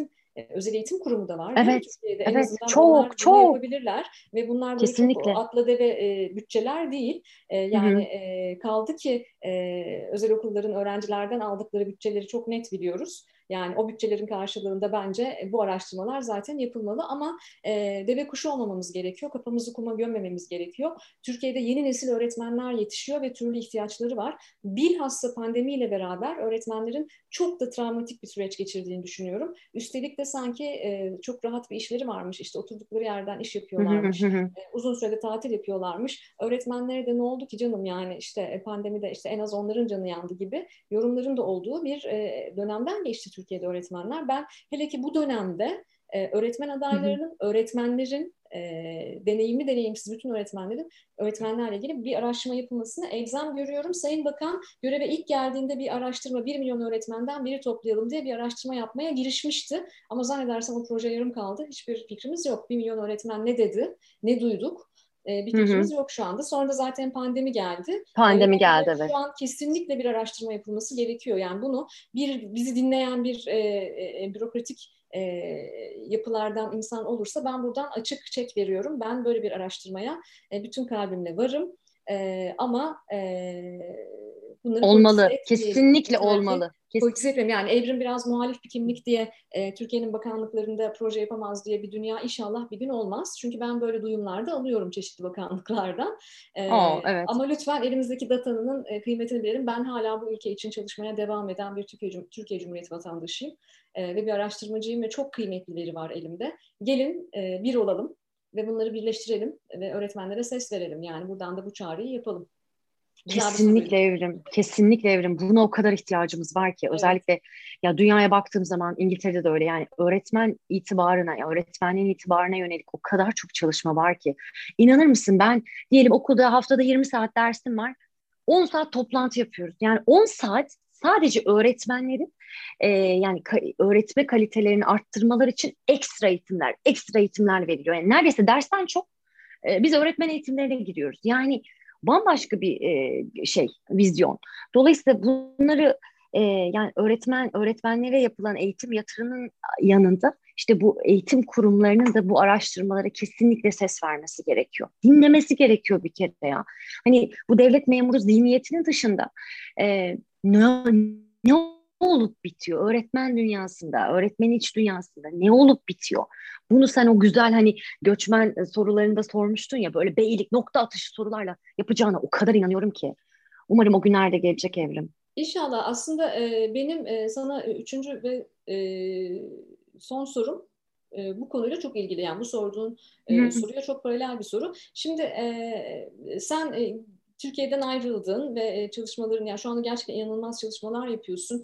özel eğitim kurumu da var değil mi Evet, Türkiye'de? En evet. azından onlar Çok, bunu çok. yapabilirler ve bunlar böyle çok Kesinlikle. atla deve bütçeler değil. Yani kaldı ki özel okulların öğrencilerden aldıkları bütçeleri çok net biliyoruz. Yani o bütçelerin karşılığında bence bu araştırmalar zaten yapılmalı ama deve kuşu olmamamız gerekiyor. Kafamızı kuma gömmememiz gerekiyor. Türkiye'de yeni nesil öğretmenler yetişiyor ve türlü ihtiyaçları var. Bilhassa pandemiyle beraber öğretmenlerin çok da travmatik bir süreç geçirdiğini düşünüyorum. Üstelik de sanki çok rahat bir işleri varmış. İşte oturdukları yerden iş yapıyorlarmış. Uzun sürede tatil yapıyorlarmış. Öğretmenlere de ne oldu ki canım, yani işte pandemide işte en az onların canı yandı gibi yorumların da olduğu bir dönemden geçti Türkiye'de öğretmenler. Ben hele ki bu dönemde öğretmen adaylarının, öğretmenlerin, deneyimli deneyimsiz bütün öğretmenlerle ilgili bir araştırma yapılmasını elzem görüyorum. Sayın Bakan göreve ilk geldiğinde bir araştırma, 1 milyon öğretmenden biri toplayalım diye bir araştırma yapmaya girişmişti. Ama zannedersem o proje yarım kaldı. Hiçbir fikrimiz yok. 1 milyon öğretmen ne dedi, ne duyduk? Bir fikrimiz yok şu anda. Sonra da zaten pandemi geldi. Ve Pandemi bence geldi, evet. şu an kesinlikle bir araştırma yapılması gerekiyor. Yani bunu bizi dinleyen bir bürokratik yapılardan insan olursa ben buradan açık çek veriyorum. Ben böyle bir araştırmaya bütün kalbimle varım. Ama bunları politize Olmalı. etmeyelim. Kesinlikle Yeter ki olmalı. politize etmeyelim. Yani Evrim biraz muhalif bir kimlik diye Türkiye'nin bakanlıklarında proje yapamaz diye bir dünya inşallah bir gün olmaz. Çünkü ben böyle duyumlarda alıyorum çeşitli bakanlıklardan. Evet. Ama lütfen elimizdeki datanın kıymetini bilelim. Ben hala bu ülke için çalışmaya devam eden bir Türkiye Cumhuriyeti vatandaşıyım. Ve bir araştırmacıyım ve çok kıymetli veri var elimde. Gelin bir olalım ve bunları birleştirelim ve öğretmenlere ses verelim. Yani buradan da bu çağrıyı yapalım. Güzel bir soruydu. Kesinlikle Evrim. Kesinlikle Evrim. Buna o kadar ihtiyacımız var ki. Evet. Özellikle ya dünyaya baktığım zaman İngiltere'de de öyle. Yani öğretmen itibarına, ya öğretmenliğin itibarına yönelik o kadar çok çalışma var ki. İnanır mısın, ben diyelim okulda haftada 20 saat dersim var. 10 saat toplantı yapıyoruz. Yani 10 saat sadece öğretmenlerin yani öğretme kalitelerini arttırmaları için ekstra eğitimler veriliyor. Yani neredeyse dersten çok biz öğretmen eğitimlerine giriyoruz. Yani bambaşka bir vizyon. Dolayısıyla bunları yani öğretmenlere yapılan eğitim yatırımının yanında işte bu eğitim kurumlarının da bu araştırmalara kesinlikle ses vermesi gerekiyor. Dinlemesi gerekiyor bir kere ya. Hani bu devlet memuru zihniyetinin dışında ne, ne olup bitiyor öğretmen dünyasında, öğretmen iç dünyasında ne olup bitiyor? Bunu sen o güzel hani göçmen sorularında sormuştun ya, böyle beylik nokta atışı sorularla yapacağına o kadar inanıyorum ki. Umarım o günler de gelecek Evrim. İnşallah. Aslında benim sana üçüncü ve son sorum bu konuyla çok ilgili. Yani bu sorduğun Hı soruya çok paralel bir soru. Şimdi sen Türkiye'den ayrıldın ve çalışmaların, yani şu anda gerçekten inanılmaz çalışmalar yapıyorsun.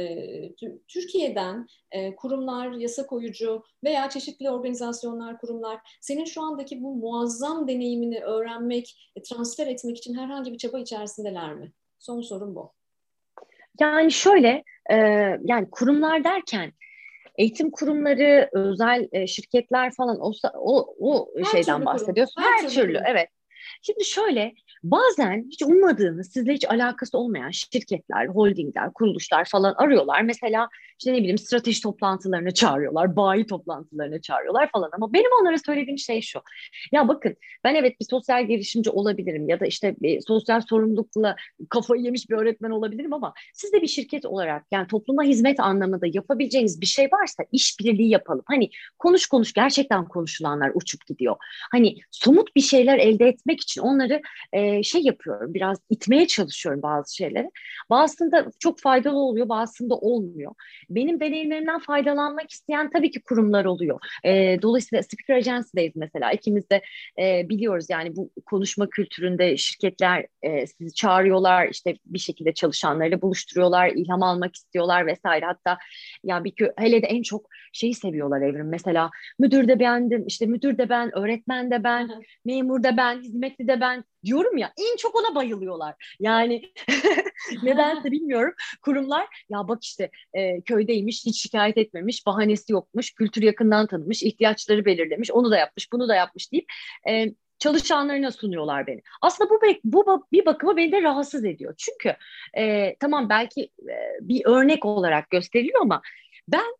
Türkiye'den kurumlar, yasa koyucu veya çeşitli organizasyonlar, kurumlar senin şu andaki bu muazzam deneyimini öğrenmek, transfer etmek için herhangi bir çaba içerisindeler mi? Son sorum bu. Yani şöyle yani kurumlar derken eğitim kurumları, özel şirketler falan o Her şeyden türlü kurum, bahsediyorsun. her Her türlü türlü, kurum. evet. Şimdi şöyle, bazen hiç ummadığınız, sizle hiç alakası olmayan şirketler, holdingler, kuruluşlar falan arıyorlar. Mesela işte ne bileyim strateji toplantılarına çağırıyorlar, bayi toplantılarına çağırıyorlar falan. Ama benim onlara söylediğim şey şu. Ya bakın, ben evet bir sosyal girişimci olabilirim ya da işte bir sosyal sorumlulukla kafayı yemiş bir öğretmen olabilirim ama siz de bir şirket olarak, yani topluma hizmet anlamında yapabileceğiniz bir şey varsa işbirliği yapalım. Hani konuş konuş, gerçekten konuşulanlar uçup gidiyor. Hani somut bir şeyler elde etmek için onları şey yapıyorum, biraz itmeye çalışıyorum bazı şeyleri. Bazısında çok faydalı oluyor, bazısında olmuyor. Benim deneyimlerimden faydalanmak isteyen tabii ki kurumlar oluyor. Dolayısıyla Speaker Agency'deyiz mesela. İkimiz de biliyoruz yani bu konuşma kültüründe şirketler sizi çağırıyorlar, işte bir şekilde çalışanlarıyla buluşturuyorlar, ilham almak istiyorlar vesaire. Hatta ya hele de en çok şeyi seviyorlar Evrim. Mesela müdür de bendim, işte müdür de ben, öğretmen de ben, memur da ben, hizmetli de ben diyorum ya, en çok ona bayılıyorlar. Yani nedense bilmiyorum. Kurumlar ya bak işte köydeymiş, hiç şikayet etmemiş, bahanesi yokmuş, kültürü yakından tanımış, ihtiyaçları belirlemiş, onu da yapmış, bunu da yapmış deyip çalışanlarına sunuyorlar beni. Aslında bu bir bakıma beni de rahatsız ediyor. Çünkü tamam belki bir örnek olarak gösteriliyor ama ben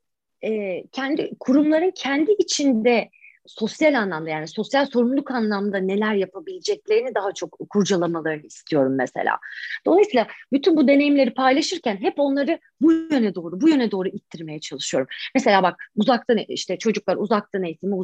kendi kurumların kendi içinde sosyal anlamda, yani sosyal sorumluluk anlamda neler yapabileceklerini daha çok kurcalamalarını istiyorum mesela. Dolayısıyla bütün bu deneyimleri paylaşırken hep onları bu yöne doğru ittirmeye çalışıyorum. Mesela bak, uzaktan işte çocuklar uzaktan eğitimi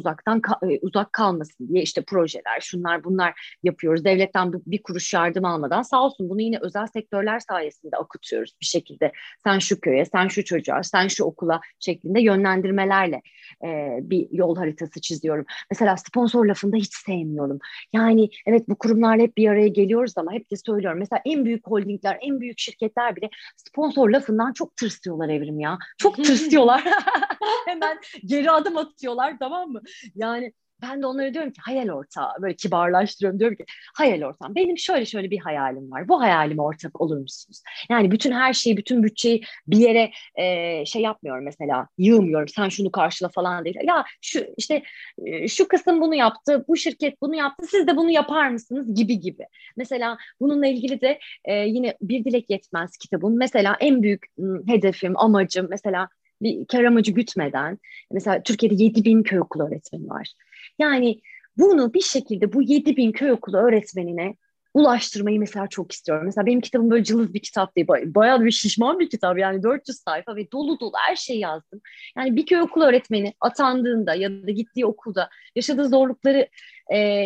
uzak kalmasın diye işte projeler, şunlar bunlar yapıyoruz. Devletten bir kuruş yardım almadan sağ olsun bunu yine özel sektörler sayesinde akıtıyoruz bir şekilde. Sen şu köye, sen şu çocuğa, sen şu okula şeklinde yönlendirmelerle bir yol haritası çiziyorum. Mesela sponsor lafını da hiç sevmiyorum. Yani evet, bu kurumlarla hep bir araya geliyoruz ama hep de söylüyorum. Mesela en büyük holdingler, en büyük şirketler bile sponsor lafından çok tırsıyorlar Evrim ya. Çok tırsıyorlar. Hemen geri adım atıyorlar, tamam mı? Yani ben de onlara diyorum ki hayal ortağı, böyle kibarlaştırıyorum, diyorum ki hayal ortağım, benim şöyle şöyle bir hayalim var. Bu hayalime ortak olur musunuz? Yani bütün her şeyi, bütün bütçeyi bir yere şey yapmıyorum, mesela yığmıyorum, sen şunu karşıla falan değil. Ya şu işte şu kısım bunu yaptı, bu şirket bunu yaptı, siz de bunu yapar mısınız gibi gibi. Mesela bununla ilgili de yine Bir Dilek Yetmez kitabım. Mesela en büyük hedefim, amacım mesela bir kar amacı gütmeden, mesela Türkiye'de 7.000 köy okulu öğretmeni var. Yani bunu bir şekilde bu 7.000 köy okulu öğretmenine ulaştırmayı mesela çok istiyorum. Mesela benim kitabım böyle cılız bir kitap değil. Bayağı bir şişman bir kitap. Yani 400 sayfa ve dolu dolu her şeyi yazdım. Yani bir köy okulu öğretmeni atandığında ya da gittiği okulda yaşadığı zorlukları e,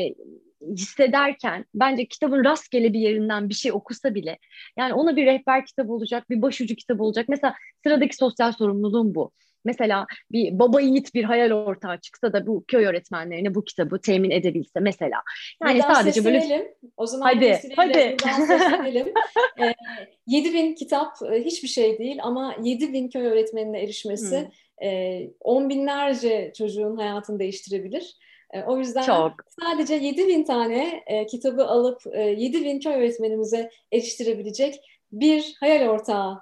hissederken bence kitabın rastgele bir yerinden bir şey okusa bile, yani ona bir rehber kitabı olacak, bir başucu kitabı olacak. Mesela sıradaki sosyal sorumluluğum bu. Mesela bir baba yiğit bir hayal ortağı çıksa da bu köy öğretmenlerine bu kitabı temin edebilse mesela. Yani Buradan sadece böyle seslenelim. O zaman bu hadi vesileyle hadi. buradan seslenelim. 7.000 kitap hiçbir şey değil ama 7.000 köy öğretmenine erişmesi Hmm, 10 binlerce çocuğun hayatını değiştirebilir. O yüzden çok. sadece 7.000 tane kitabı alıp 7.000 köy öğretmenimize eriştirebilecek bir hayal ortağı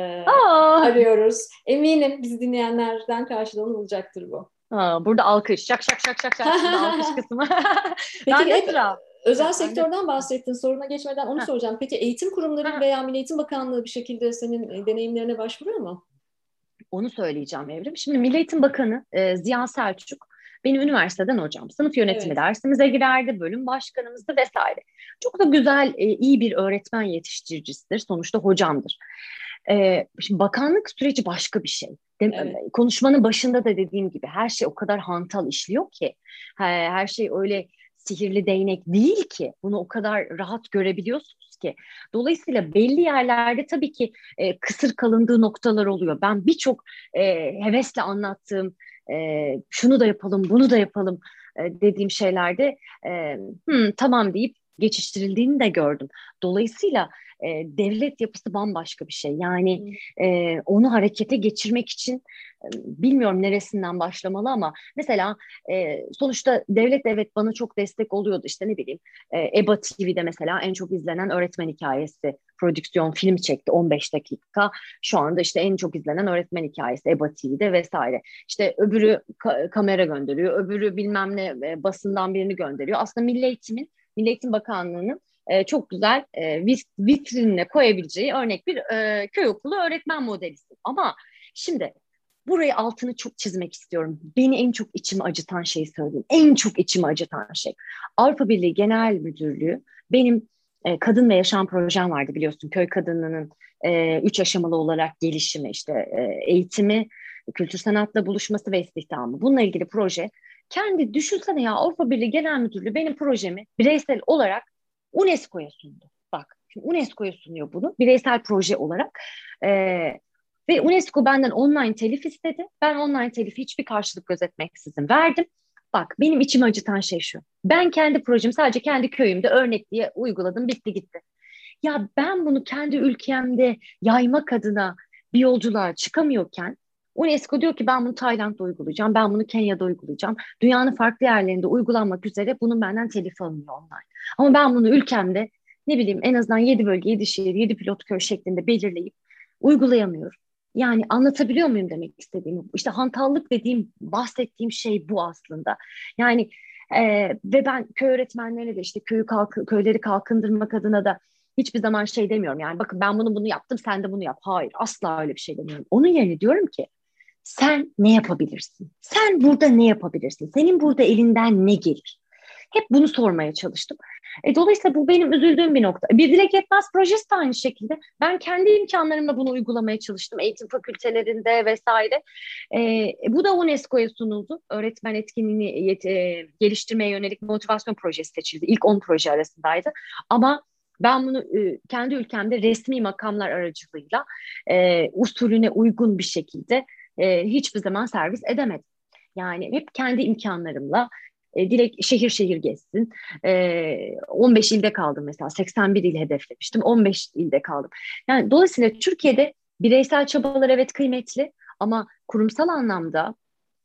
Aa! arıyoruz. Eminim bizi dinleyenlerden karşılığını bulacaktır bu. Burada alkış. Şak şak şak şak şak. Burada alkış kısmı. Peki Bende hep sıra. özel Bende sektörden bahsettin. Soruna geçmeden onu soracağım. Peki eğitim kurumları sıra. veya Milli Eğitim Bakanlığı bir şekilde senin deneyimlerine başvuruyor mu? Onu söyleyeceğim Evrim. Şimdi Milli Eğitim Bakanı Ziya Selçuk benim üniversiteden hocam. Sınıf yönetimi Evet. dersimize girerdi, bölüm başkanımızdı vesaire. Çok da güzel, iyi bir öğretmen yetiştiricisidir. Sonuçta hocamdır. Şimdi bakanlık süreci başka bir şey. Evet. Konuşmanın başında da dediğim gibi her şey o kadar hantal işliyor ki. Her şey öyle sihirli değnek değil ki. Bunu o kadar rahat görebiliyorsunuz ki. Dolayısıyla belli yerlerde tabii ki kısır kalındığı noktalar oluyor. Ben birçok hevesle anlattığım, şunu da yapalım, bunu da yapalım dediğim şeylerde tamam deyip geçiştirildiğini de gördüm. Dolayısıyla devlet yapısı bambaşka bir şey. Yani onu harekete geçirmek için bilmiyorum neresinden başlamalı ama mesela sonuçta devlet evet bana çok destek oluyordu. İşte ne bileyim, EBA TV'de mesela en çok izlenen öğretmen hikayesi prodüksiyon film çekti 15 dakika. Şu anda işte en çok izlenen öğretmen hikayesi EBA TV'de vesaire. İşte öbürü kamera gönderiyor, öbürü bilmem ne basından birini gönderiyor. Aslında Milli Eğitim Bakanlığı'nın çok güzel vitrinine koyabileceği örnek bir köy okulu öğretmen modelisin. Ama şimdi burayı altını çok çizmek istiyorum. Beni en çok içimi acıtan şeyi söyleyeyim. En çok içimi acıtan şey. Avrupa Birliği Genel Müdürlüğü benim kadın ve yaşam projem vardı biliyorsun. Köy kadınının 3 aşamalı olarak gelişimi, işte eğitimi, kültür sanatla buluşması ve istihdamı. Bununla ilgili proje. Kendi düşünsene ya, Avrupa Birliği Genel Müdürlüğü benim projemi bireysel olarak UNESCO'ya sundu. Bak, şimdi UNESCO'ya sunuyor bunu bireysel proje olarak. Ve UNESCO benden online telif istedi. Ben online telifi hiçbir karşılık gözetmeksizin verdim. Bak, benim içimi acıtan şey şu. Ben kendi projemi sadece kendi köyümde örnek diye uyguladım, bitti gitti. Ya ben bunu kendi ülkemde yaymak adına bir yolculuğa çıkamıyorken UNESCO diyor ki ben bunu Tayland'da uygulayacağım, ben bunu Kenya'da uygulayacağım. Dünyanın farklı yerlerinde uygulanmak üzere bunun benden telif alınıyor online. Ama ben bunu ülkemde ne bileyim en azından 7 bölge, 7 şehir, 7 pilot köy şeklinde belirleyip uygulayamıyorum. Yani anlatabiliyor muyum demek istediğimi? İşte hantallık dediğim, bahsettiğim şey bu aslında. Yani ve ben köy öğretmenlerine de işte köyleri kalkındırmak adına da hiçbir zaman şey demiyorum. Yani bakın ben bunu yaptım, sen de bunu yap. Hayır, asla öyle bir şey demiyorum. Onun yerine diyorum ki sen ne yapabilirsin? Sen burada ne yapabilirsin? Senin burada elinden ne gelir? Hep bunu sormaya çalıştım. Dolayısıyla bu benim üzüldüğüm bir nokta. Bir Dilek Yetmez projesi de aynı şekilde. Ben kendi imkanlarımla bunu uygulamaya çalıştım. Eğitim fakültelerinde vesaire. Bu da UNESCO'ya sunuldu. Öğretmen etkinliğini geliştirmeye yönelik motivasyon projesi seçildi. İlk 10 proje arasındaydı. Ama ben bunu kendi ülkemde resmi makamlar aracılığıyla usulüne uygun bir şekilde hiçbir zaman servis edemedim. Yani hep kendi imkanlarımla direkt şehir şehir gezsin. 15 ilde kaldım mesela. 81 il hedeflemiştim. 15 ilde kaldım. Yani dolayısıyla Türkiye'de bireysel çabalar evet kıymetli ama kurumsal anlamda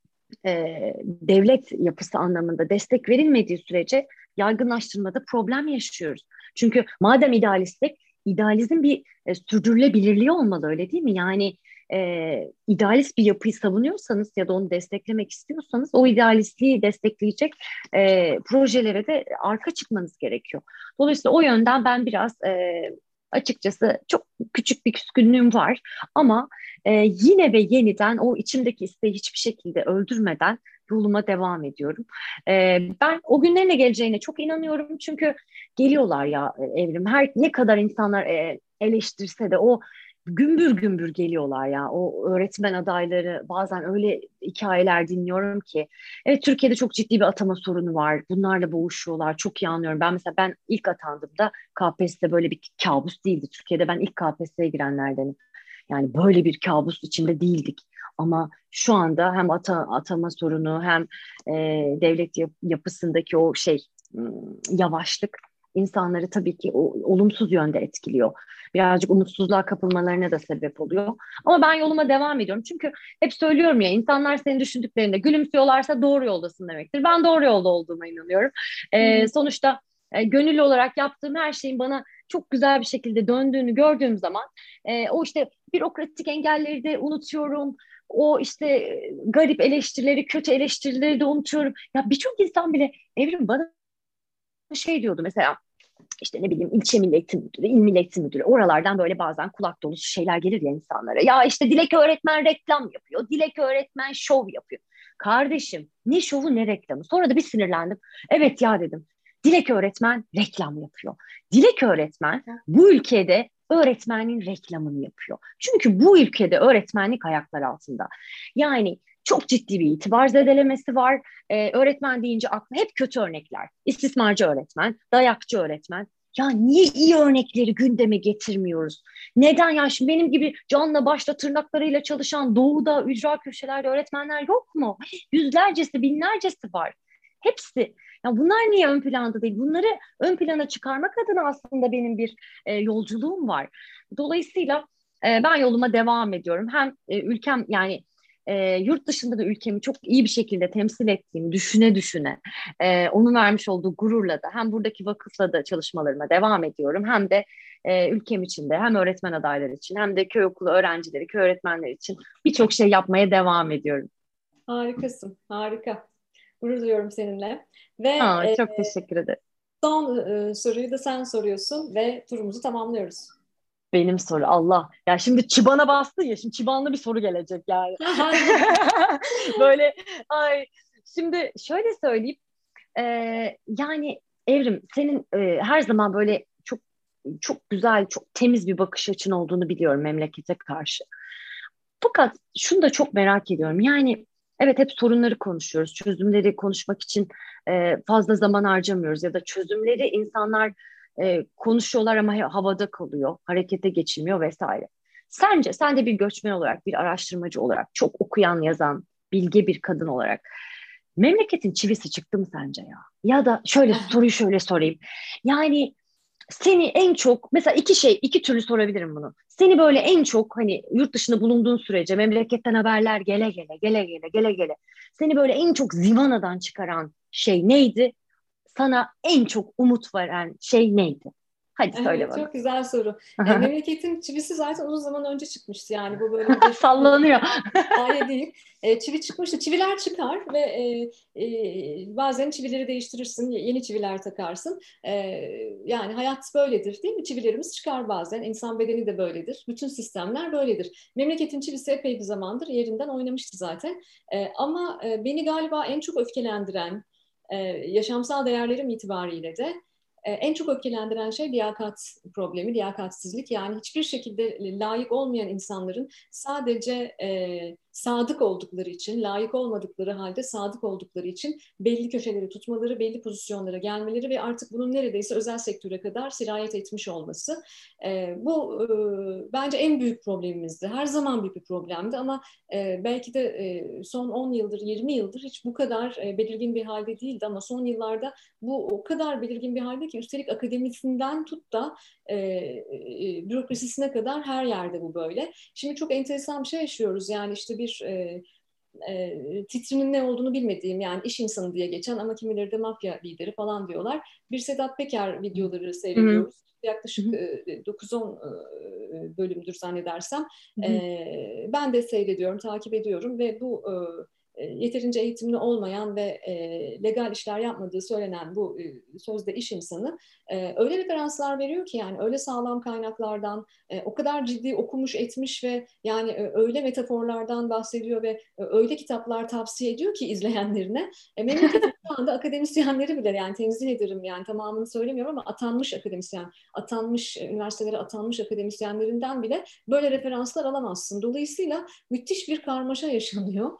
devlet yapısı anlamında destek verilmediği sürece yaygınlaştırmada problem yaşıyoruz. Çünkü madem idealistlik, idealizm bir sürdürülebilirliği olmalı, öyle değil mi? Yani idealist bir yapıyı savunuyorsanız ya da onu desteklemek istiyorsanız o idealistliği destekleyecek projelere de arka çıkmanız gerekiyor. Dolayısıyla o yönden ben biraz açıkçası çok küçük bir küskünlüğüm var ama yine ve yeniden o içimdeki isteği hiçbir şekilde öldürmeden yoluma devam ediyorum. Ben o günlerin de geleceğine çok inanıyorum çünkü geliyorlar ya Evrim. Her ne kadar insanlar eleştirse de o gümbür gümbür geliyorlar ya. O öğretmen adayları bazen öyle hikayeler dinliyorum ki. Evet, Türkiye'de çok ciddi bir atama sorunu var. Bunlarla boğuşuyorlar. Çok iyi anlıyorum. Ben ilk atandığımda KPSS böyle bir kabus değildi. Türkiye'de ben ilk KPSS'ye girenlerdenim. Yani böyle bir kabus içinde değildik. Ama şu anda hem atama sorunu hem devlet yapısındaki o yavaşlık insanları tabii ki olumsuz yönde etkiliyor. Birazcık umutsuzluğa kapılmalarına da sebep oluyor. Ama ben yoluma devam ediyorum. Çünkü hep söylüyorum ya, insanlar senin düşündüklerinde gülümsüyorlarsa doğru yoldasın demektir. Ben doğru yolda olduğuma inanıyorum. Sonuçta gönüllü olarak yaptığım her şeyin bana çok güzel bir şekilde döndüğünü gördüğüm zaman o işte bürokratik engelleri de unutuyorum. O işte garip eleştirileri, kötü eleştirileri de unutuyorum. Ya birçok insan bile Evrim bana şey diyordu mesela, işte ne bileyim ilçe milli eğitim müdürü, il milli eğitim müdürü, oralardan böyle bazen kulak dolusu şeyler gelir ya insanlara. Ya işte Dilek öğretmen reklam yapıyor, Dilek öğretmen şov yapıyor. Kardeşim ne şovu ne reklamı. Sonra da bir sinirlendim. Evet ya dedim. Dilek öğretmen reklam yapıyor. Dilek öğretmen bu ülkede öğretmenin reklamını yapıyor. Çünkü bu ülkede öğretmenlik ayaklar altında. Yani çok ciddi bir itibar zedelemesi var. Öğretmen deyince aklı hep kötü örnekler. İstismarcı öğretmen, dayakçı öğretmen. Ya niye iyi örnekleri gündeme getirmiyoruz? Neden ya? Şimdi benim gibi canla başla tırnaklarıyla çalışan doğuda, ücra köşelerde öğretmenler yok mu? Yüzlercesi, binlercesi var. Hepsi. Ya bunlar niye ön planda değil? Bunları ön plana çıkarmak adına aslında benim bir yolculuğum var. Dolayısıyla ben yoluma devam ediyorum. Hem ülkem yani yurt dışında da ülkemi çok iyi bir şekilde temsil ettiğimi düşüne düşüne onun vermiş olduğu gururla da hem buradaki vakıfla da çalışmalarıma devam ediyorum hem de ülkem için de hem öğretmen adayları için hem de köy okulu öğrencileri, köy öğretmenleri için birçok şey yapmaya devam ediyorum. Harikasın, harika. Gurur duyuyorum seninle. Ve Çok teşekkür ederim. son soruyu da sen soruyorsun ve turumuzu tamamlıyoruz. Benim soru Allah. Ya şimdi çıbana bastın ya, şimdi çıbanlı bir soru gelecek yani. Böyle ay. Şimdi şöyle söyleyeyim. Yani Evrim, senin her zaman böyle çok çok güzel, çok temiz bir bakış açın olduğunu biliyorum memlekete karşı. Fakat şunu da çok merak ediyorum. Yani evet, hep sorunları konuşuyoruz. Çözümleri konuşmak için fazla zaman harcamıyoruz ya da çözümleri insanlar konuşuyorlar ama havada kalıyor, harekete geçilmiyor vesaire. Sence sen de bir göçmen olarak, bir araştırmacı olarak, çok okuyan, yazan, bilge bir kadın olarak memleketin çivisi çıktı mı sence ya? Ya da şöyle soruyu şöyle sorayım. Yani seni en çok mesela iki türlü sorabilirim bunu. Seni böyle en çok hani yurt dışında bulunduğun sürece memleketten haberler gele gele gele gele gele gele seni böyle en çok zivanadan çıkaran şey neydi? Sana en çok umut veren şey neydi? Hadi söyle Evet, bana. çok güzel soru. Memleketin çivisi zaten uzun zaman önce çıkmıştı. Yani bu böyle bir 500 yıllık Sallanıyor. hikaye değil. Çivi çıkmıştı. Çiviler çıkar ve bazen çivileri değiştirirsin, yeni çiviler takarsın. Yani hayat böyledir, değil mi? Çivilerimiz çıkar bazen. İnsan bedeni de böyledir. Bütün sistemler böyledir. Memleketin çivisi epey bir zamandır yerinden oynamıştı zaten. Ama beni galiba en çok öfkelendiren, yaşamsal değerlerim itibariyle de en çok öfkelendiren şey liyakat problemi, liyakatsizlik. Yani hiçbir şekilde layık olmayan insanların sadece sadık oldukları için, layık olmadıkları halde sadık oldukları için belli köşeleri tutmaları, belli pozisyonlara gelmeleri ve artık bunun neredeyse özel sektöre kadar sirayet etmiş olması. Bu bence en büyük problemimizdi. Her zaman büyük bir problemdi ama belki de son 10 yıldır, 20 yıldır hiç bu kadar belirgin bir halde değildi ama son yıllarda bu o kadar belirgin bir halde ki üstelik akademisinden tut da bürokrasisine kadar her yerde bu böyle. Şimdi çok enteresan bir şey yaşıyoruz. Yani işte bir titrinin ne olduğunu bilmediğim yani iş insanı diye geçen ama kimileri de mafya lideri falan diyorlar. Bir Sedat Peker videoları Hı hı, seyrediyoruz. hı Yaklaşık hı, 9-10 bölümdür zannedersem. hı hı. Ben de seyrediyorum, takip ediyorum ve bu yeterince eğitimli olmayan ve legal işler yapmadığı söylenen bu sözde iş insanı öyle referanslar veriyor ki yani öyle sağlam kaynaklardan o kadar ciddi okumuş etmiş ve yani öyle metaforlardan bahsediyor ve öyle kitaplar tavsiye ediyor ki izleyenlerine. Memleketin şu anda akademisyenleri bile yani tenzih ederim yani tamamını söylemiyorum ama atanmış akademisyen, atanmış üniversitelere atanmış akademisyenlerinden bile böyle referanslar alamazsın. Dolayısıyla müthiş bir karmaşa yaşanıyor.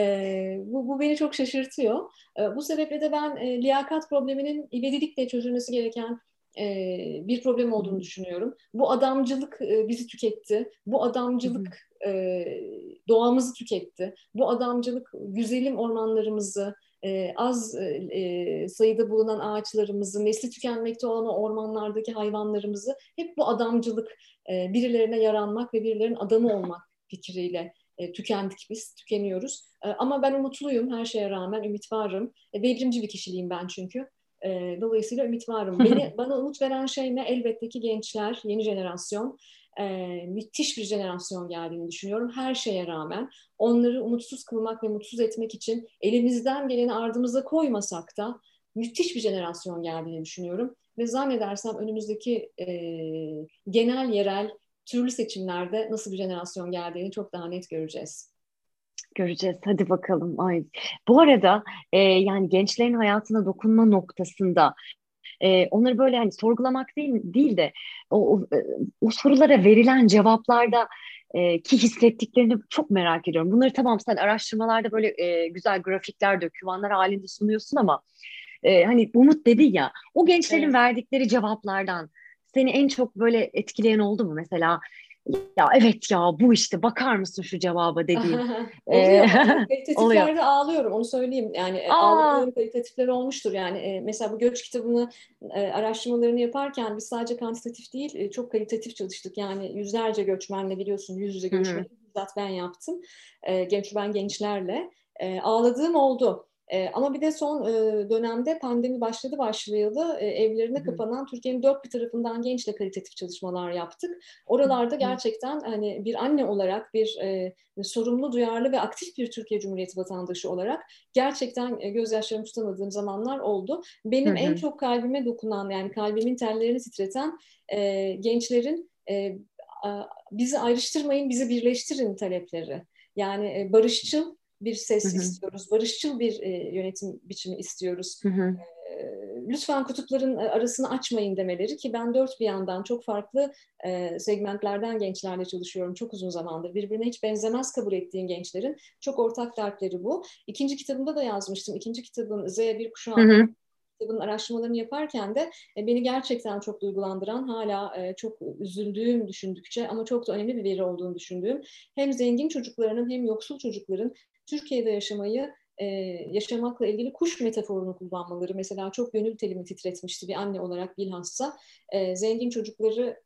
Bu beni çok şaşırtıyor. Bu sebeple de ben liyakat probleminin ivedilikle çözülmesi gereken bir problem Hı olduğunu hı, düşünüyorum. Bu adamcılık bizi tüketti. Bu hı hı. adamcılık doğamızı tüketti. Bu adamcılık güzelim ormanlarımızı, az sayıda bulunan ağaçlarımızı, nesli tükenmekte olan o ormanlardaki hayvanlarımızı hep bu adamcılık, birilerine yaranmak ve birilerinin adamı olmak fikriyle tükendik biz, tükeniyoruz. Ama ben umutluyum her şeye rağmen, ümit varım. Devrimci bir kişiliğim ben çünkü. Dolayısıyla ümit varım. Bana umut veren şey ne? Elbette ki gençler, yeni jenerasyon. Müthiş bir jenerasyon geldiğini düşünüyorum. Her şeye rağmen onları umutsuz kılmak ve mutsuz etmek için elimizden geleni ardımıza koymasak da müthiş bir jenerasyon geldiğini düşünüyorum. Ve zannedersem önümüzdeki genel, yerel, türlü seçimlerde nasıl bir jenerasyon geldiğini çok daha net göreceğiz. Göreceğiz. Hadi bakalım. Ay. Bu arada yani gençlerin hayatına dokunma noktasında onları böyle hani sorgulamak değil de o sorulara verilen cevaplarda ki hissettiklerini çok merak ediyorum. Bunları tamam, sen araştırmalarda böyle güzel grafikler, dokümanlar halinde sunuyorsun ama hani Umut dedi ya, o gençlerin Evet. verdikleri cevaplardan seni en çok böyle etkileyen oldu mu? Mesela ya evet ya bu işte bakar mısın şu cevaba dediğin. E, Oluyor. oluyor. Kalitatiflerde ağlıyorum onu söyleyeyim. Yani Aa. ağladığım kalitatifler olmuştur. Yani mesela bu göç kitabını araştırmalarını yaparken biz sadece kantitatif değil çok kalitatif çalıştık. Yani yüzlerce göçmenle biliyorsun yüz yüze Hı görüşmeyi hı, bizzat ben yaptım. Göçmen gençlerle. Ağladığım oldu. Ama bir de son dönemde pandemi başladı başlayalı hı evlerine hı, kapanan Türkiye'nin dört bir tarafından gençle kalitatif çalışmalar yaptık. Oralarda hı gerçekten hani bir anne olarak bir sorumlu, duyarlı ve aktif bir Türkiye Cumhuriyeti vatandaşı olarak gerçekten gözyaşlarımı tutamadığım zamanlar oldu. hı, Benim en hı. çok kalbime dokunan yani kalbimin tellerini titreten gençlerin bizi ayrıştırmayın, bizi birleştirin talepleri. Yani barışçıl bir Hı ses hı. istiyoruz, barışçıl bir yönetim biçimi istiyoruz. Hı hı. Lütfen kutupların arasını açmayın demeleri, ki ben dört bir yandan çok farklı segmentlerden gençlerle çalışıyorum çok uzun zamandır. Birbirine hiç benzemez kabul ettiğim gençlerin çok ortak dertleri bu. İkinci kitabımda da yazmıştım. İkinci kitabın Z1 Hı kuşağı hı. kitabın araştırmalarını yaparken de beni gerçekten çok duygulandıran, hala çok üzüldüğüm düşündükçe ama çok da önemli bir veri olduğunu düşündüğüm, hem zengin çocuklarının hem yoksul çocukların Türkiye'de yaşamakla ilgili kuş metaforunu kullanmaları mesela çok gönül telimi titretmişti bir anne olarak bilhassa. Zengin çocukları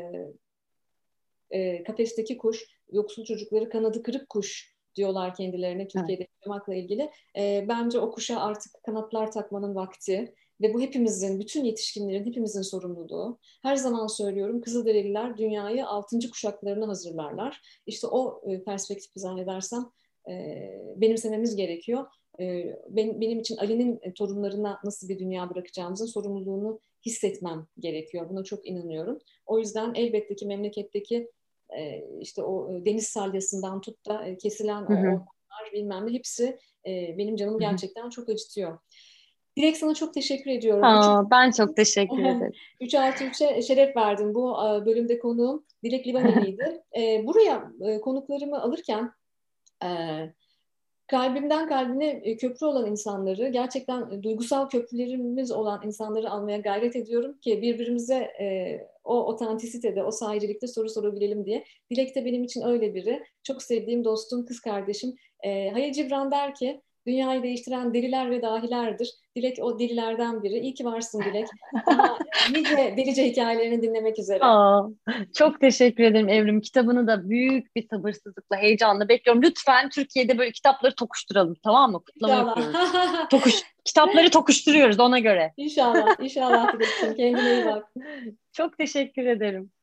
kafesteki kuş, yoksul çocukları kanadı kırık kuş diyorlar kendilerine Evet. Türkiye'de yaşamakla ilgili. Bence o kuşa artık kanatlar takmanın vakti ve bu hepimizin, bütün yetişkinlerin, hepimizin sorumluluğu. Her zaman söylüyorum, Kızılderililer dünyayı 6. kuşaklarına hazırlarlar. İşte o perspektifi zannedersem benimsememiz gerekiyor. Benim için Ali'nin torunlarına nasıl bir dünya bırakacağımızın sorumluluğunu hissetmem gerekiyor. Buna çok inanıyorum. O yüzden elbette ki memleketteki işte o deniz salyasından tut da kesilen Hı o hı. ormanlar bilmem ne, hepsi benim canımı Hı hı. gerçekten çok acıtıyor. Dilek, sana çok teşekkür ediyorum. Ben çok teşekkür ederim. 3 artı 3'e şeref verdin. Bu bölümde konuğum Dilek Livaneli'ydi. Buraya konuklarımı alırken e, kalbimden kalbine köprü olan insanları, gerçekten duygusal köprülerimiz olan insanları almaya gayret ediyorum ki birbirimize o otantisitede, o sahicilikte soru sorabilelim diye. Dilek de benim için öyle biri. Çok sevdiğim dostum, kız kardeşim. Halil Cibran der ki, dünyayı değiştiren deliler ve dahilerdir. Dilek o delilerden biri. İyi ki varsın Dilek. Daha nice delice hikayelerini dinlemek üzere. Aa, çok teşekkür ederim Evrim. Kitabını da büyük bir sabırsızlıkla, heyecanla bekliyorum. Lütfen Türkiye'de böyle kitapları tokuşturalım, tamam mı? Kutlama İnşallah. yapıyoruz. Kitapları tokuşturuyoruz ona göre. İnşallah. İnşallah Dilekçim. Kendine iyi bak. Çok teşekkür ederim.